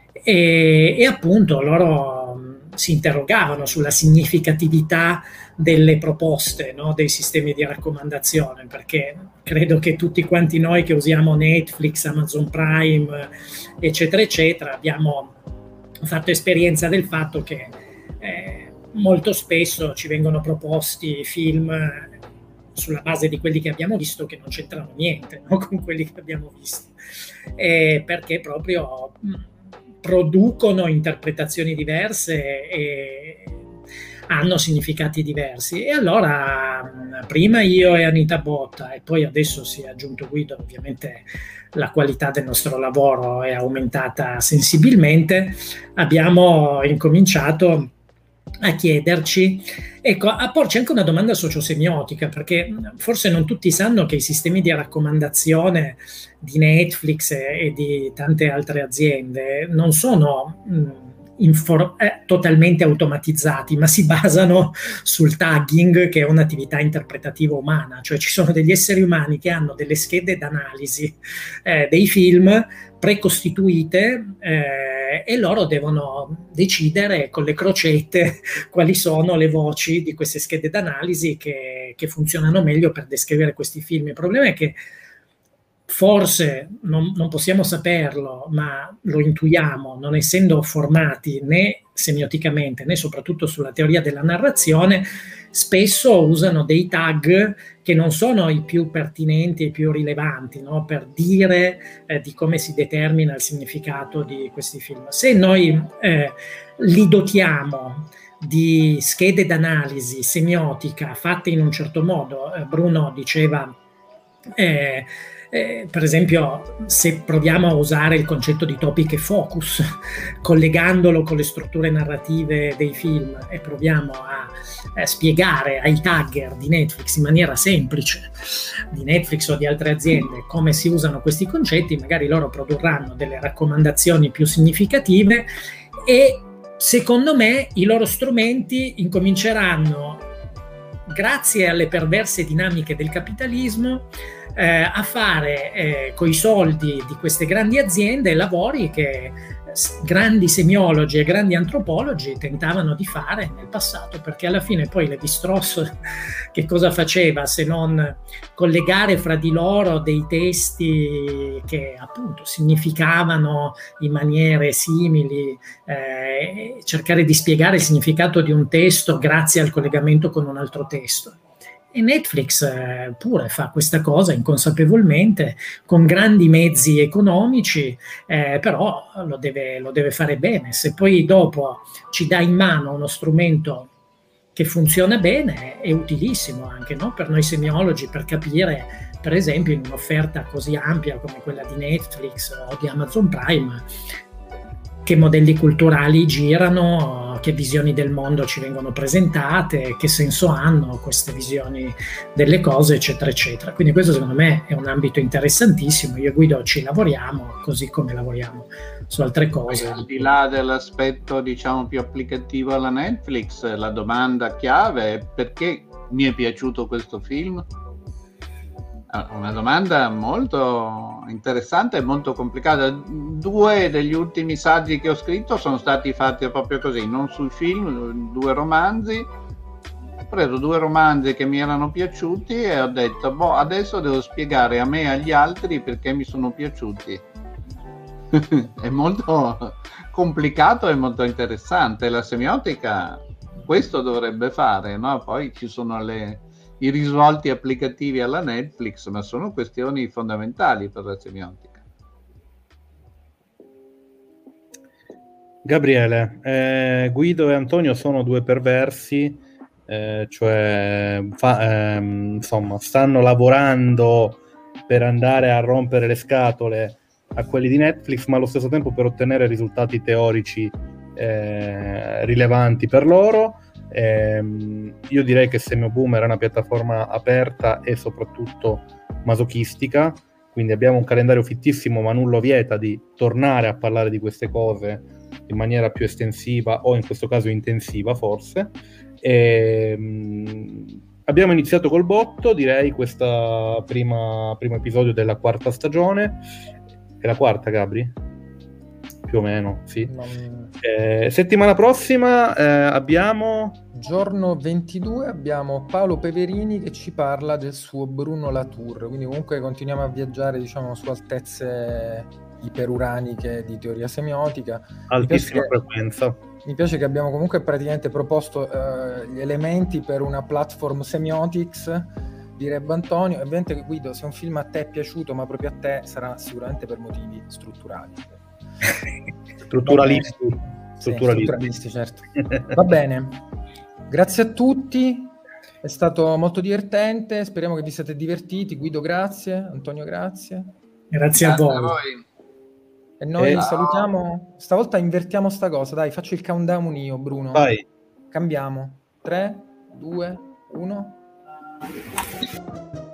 E, e appunto loro si interrogavano sulla significatività delle proposte, no, dei sistemi di raccomandazione, perché credo che tutti quanti noi che usiamo Netflix, Amazon Prime, eccetera, eccetera, abbiamo fatto esperienza del fatto che eh, molto spesso ci vengono proposti film sulla base di quelli che abbiamo visto che non c'entrano niente, no, con quelli che abbiamo visto, eh, perché proprio producono interpretazioni diverse e hanno significati diversi. E allora prima io e Anita Botta, e poi adesso si è aggiunto Guido, ovviamente la qualità del nostro lavoro è aumentata sensibilmente, abbiamo incominciato a chiederci, ecco, a porci anche una domanda sociosemiotica, perché forse non tutti sanno che i sistemi di raccomandazione di Netflix e di tante altre aziende non sono mh, infor- eh, totalmente automatizzati, ma si basano sul tagging, che è un'attività interpretativa umana, cioè ci sono degli esseri umani che hanno delle schede d'analisi eh, dei film precostituite eh, e loro devono decidere con le crocette quali sono le voci di queste schede d'analisi che, che funzionano meglio per descrivere questi film. Il problema è che forse non, non possiamo saperlo, ma lo intuiamo, non essendo formati né semioticamente né soprattutto sulla teoria della narrazione, spesso usano dei tag che non sono i più pertinenti e i più rilevanti, no? Per dire eh, di come si determina il significato di questi film. Se noi eh, li dotiamo di schede d'analisi semiotica fatte in un certo modo, eh, Bruno diceva eh, Eh, per esempio, se proviamo a usare il concetto di topic e focus, collegandolo con le strutture narrative dei film, e proviamo a, a spiegare ai tagger di Netflix in maniera semplice, di Netflix o di altre aziende, come si usano questi concetti, magari loro produrranno delle raccomandazioni più significative e secondo me i loro strumenti incominceranno, grazie alle perverse dinamiche del capitalismo, Eh, a fare eh, coi soldi di queste grandi aziende lavori che s- grandi semiologi e grandi antropologi tentavano di fare nel passato, perché alla fine poi Lévi-Strauss che cosa faceva se non collegare fra di loro dei testi che appunto significavano in maniere simili, eh, cercare di spiegare il significato di un testo grazie al collegamento con un altro testo. E Netflix eh, pure fa questa cosa inconsapevolmente, con grandi mezzi economici, eh, però lo deve, lo deve fare bene. Se poi dopo ci dà in mano uno strumento che funziona bene, è utilissimo anche, no? Per noi semiologi, per capire, per esempio, in un'offerta così ampia come quella di Netflix o di Amazon Prime, che modelli culturali girano, che visioni del mondo ci vengono presentate, che senso hanno queste visioni delle cose, eccetera, eccetera. Quindi questo secondo me è un ambito interessantissimo. Io e Guido ci lavoriamo, così come lavoriamo su altre cose. Al di là dell'aspetto, diciamo, più applicativo alla Netflix, la domanda chiave è: perché mi è piaciuto questo film? Una domanda molto interessante e molto complicata. Due degli ultimi saggi che ho scritto sono stati fatti proprio così, non sui film, due romanzi. Ho preso due romanzi che mi erano piaciuti e ho detto, boh, adesso devo spiegare a me e agli altri perché mi sono piaciuti. È molto complicato e molto interessante. La semiotica questo dovrebbe fare, no? Poi ci sono le, i risvolti applicativi alla Netflix, ma sono questioni fondamentali per la semiotica. Gabriele, eh, Guido e Antonio sono due perversi, eh, cioè fa, ehm, insomma stanno lavorando per andare a rompere le scatole a quelli di Netflix, ma allo stesso tempo per ottenere risultati teorici eh, rilevanti per loro. Eh, io direi che Semioboomer è una piattaforma aperta e soprattutto masochistica, quindi abbiamo un calendario fittissimo, ma nulla vieta di tornare a parlare di queste cose in maniera più estensiva o in questo caso intensiva forse. E, mh, abbiamo iniziato col botto, direi, questo primo episodio della quarta stagione. È la quarta, Gabri? Più o meno, sì. Non... Eh, settimana prossima eh, abbiamo... Giorno ventidue abbiamo Paolo Peverini che ci parla del suo Bruno Latour, quindi comunque continuiamo a viaggiare, diciamo, su altezze iperuraniche di teoria semiotica. Altissima mi frequenza. Che, mi piace che abbiamo comunque praticamente proposto eh, gli elementi per una platform semiotics, direbbe Antonio. È evidente che, Guido, se un film a te è piaciuto, ma proprio a te, sarà sicuramente per motivi strutturali. Strutturalisti. Sì, strutturalisti, certo. Va bene. Grazie a tutti, è stato molto divertente, speriamo che vi siate divertiti. Guido, grazie. Antonio, grazie. Grazie a voi. A voi. E noi eh, salutiamo. Stavolta invertiamo sta cosa, dai, faccio il countdown io, Bruno. Vai. Cambiamo. tre, due, uno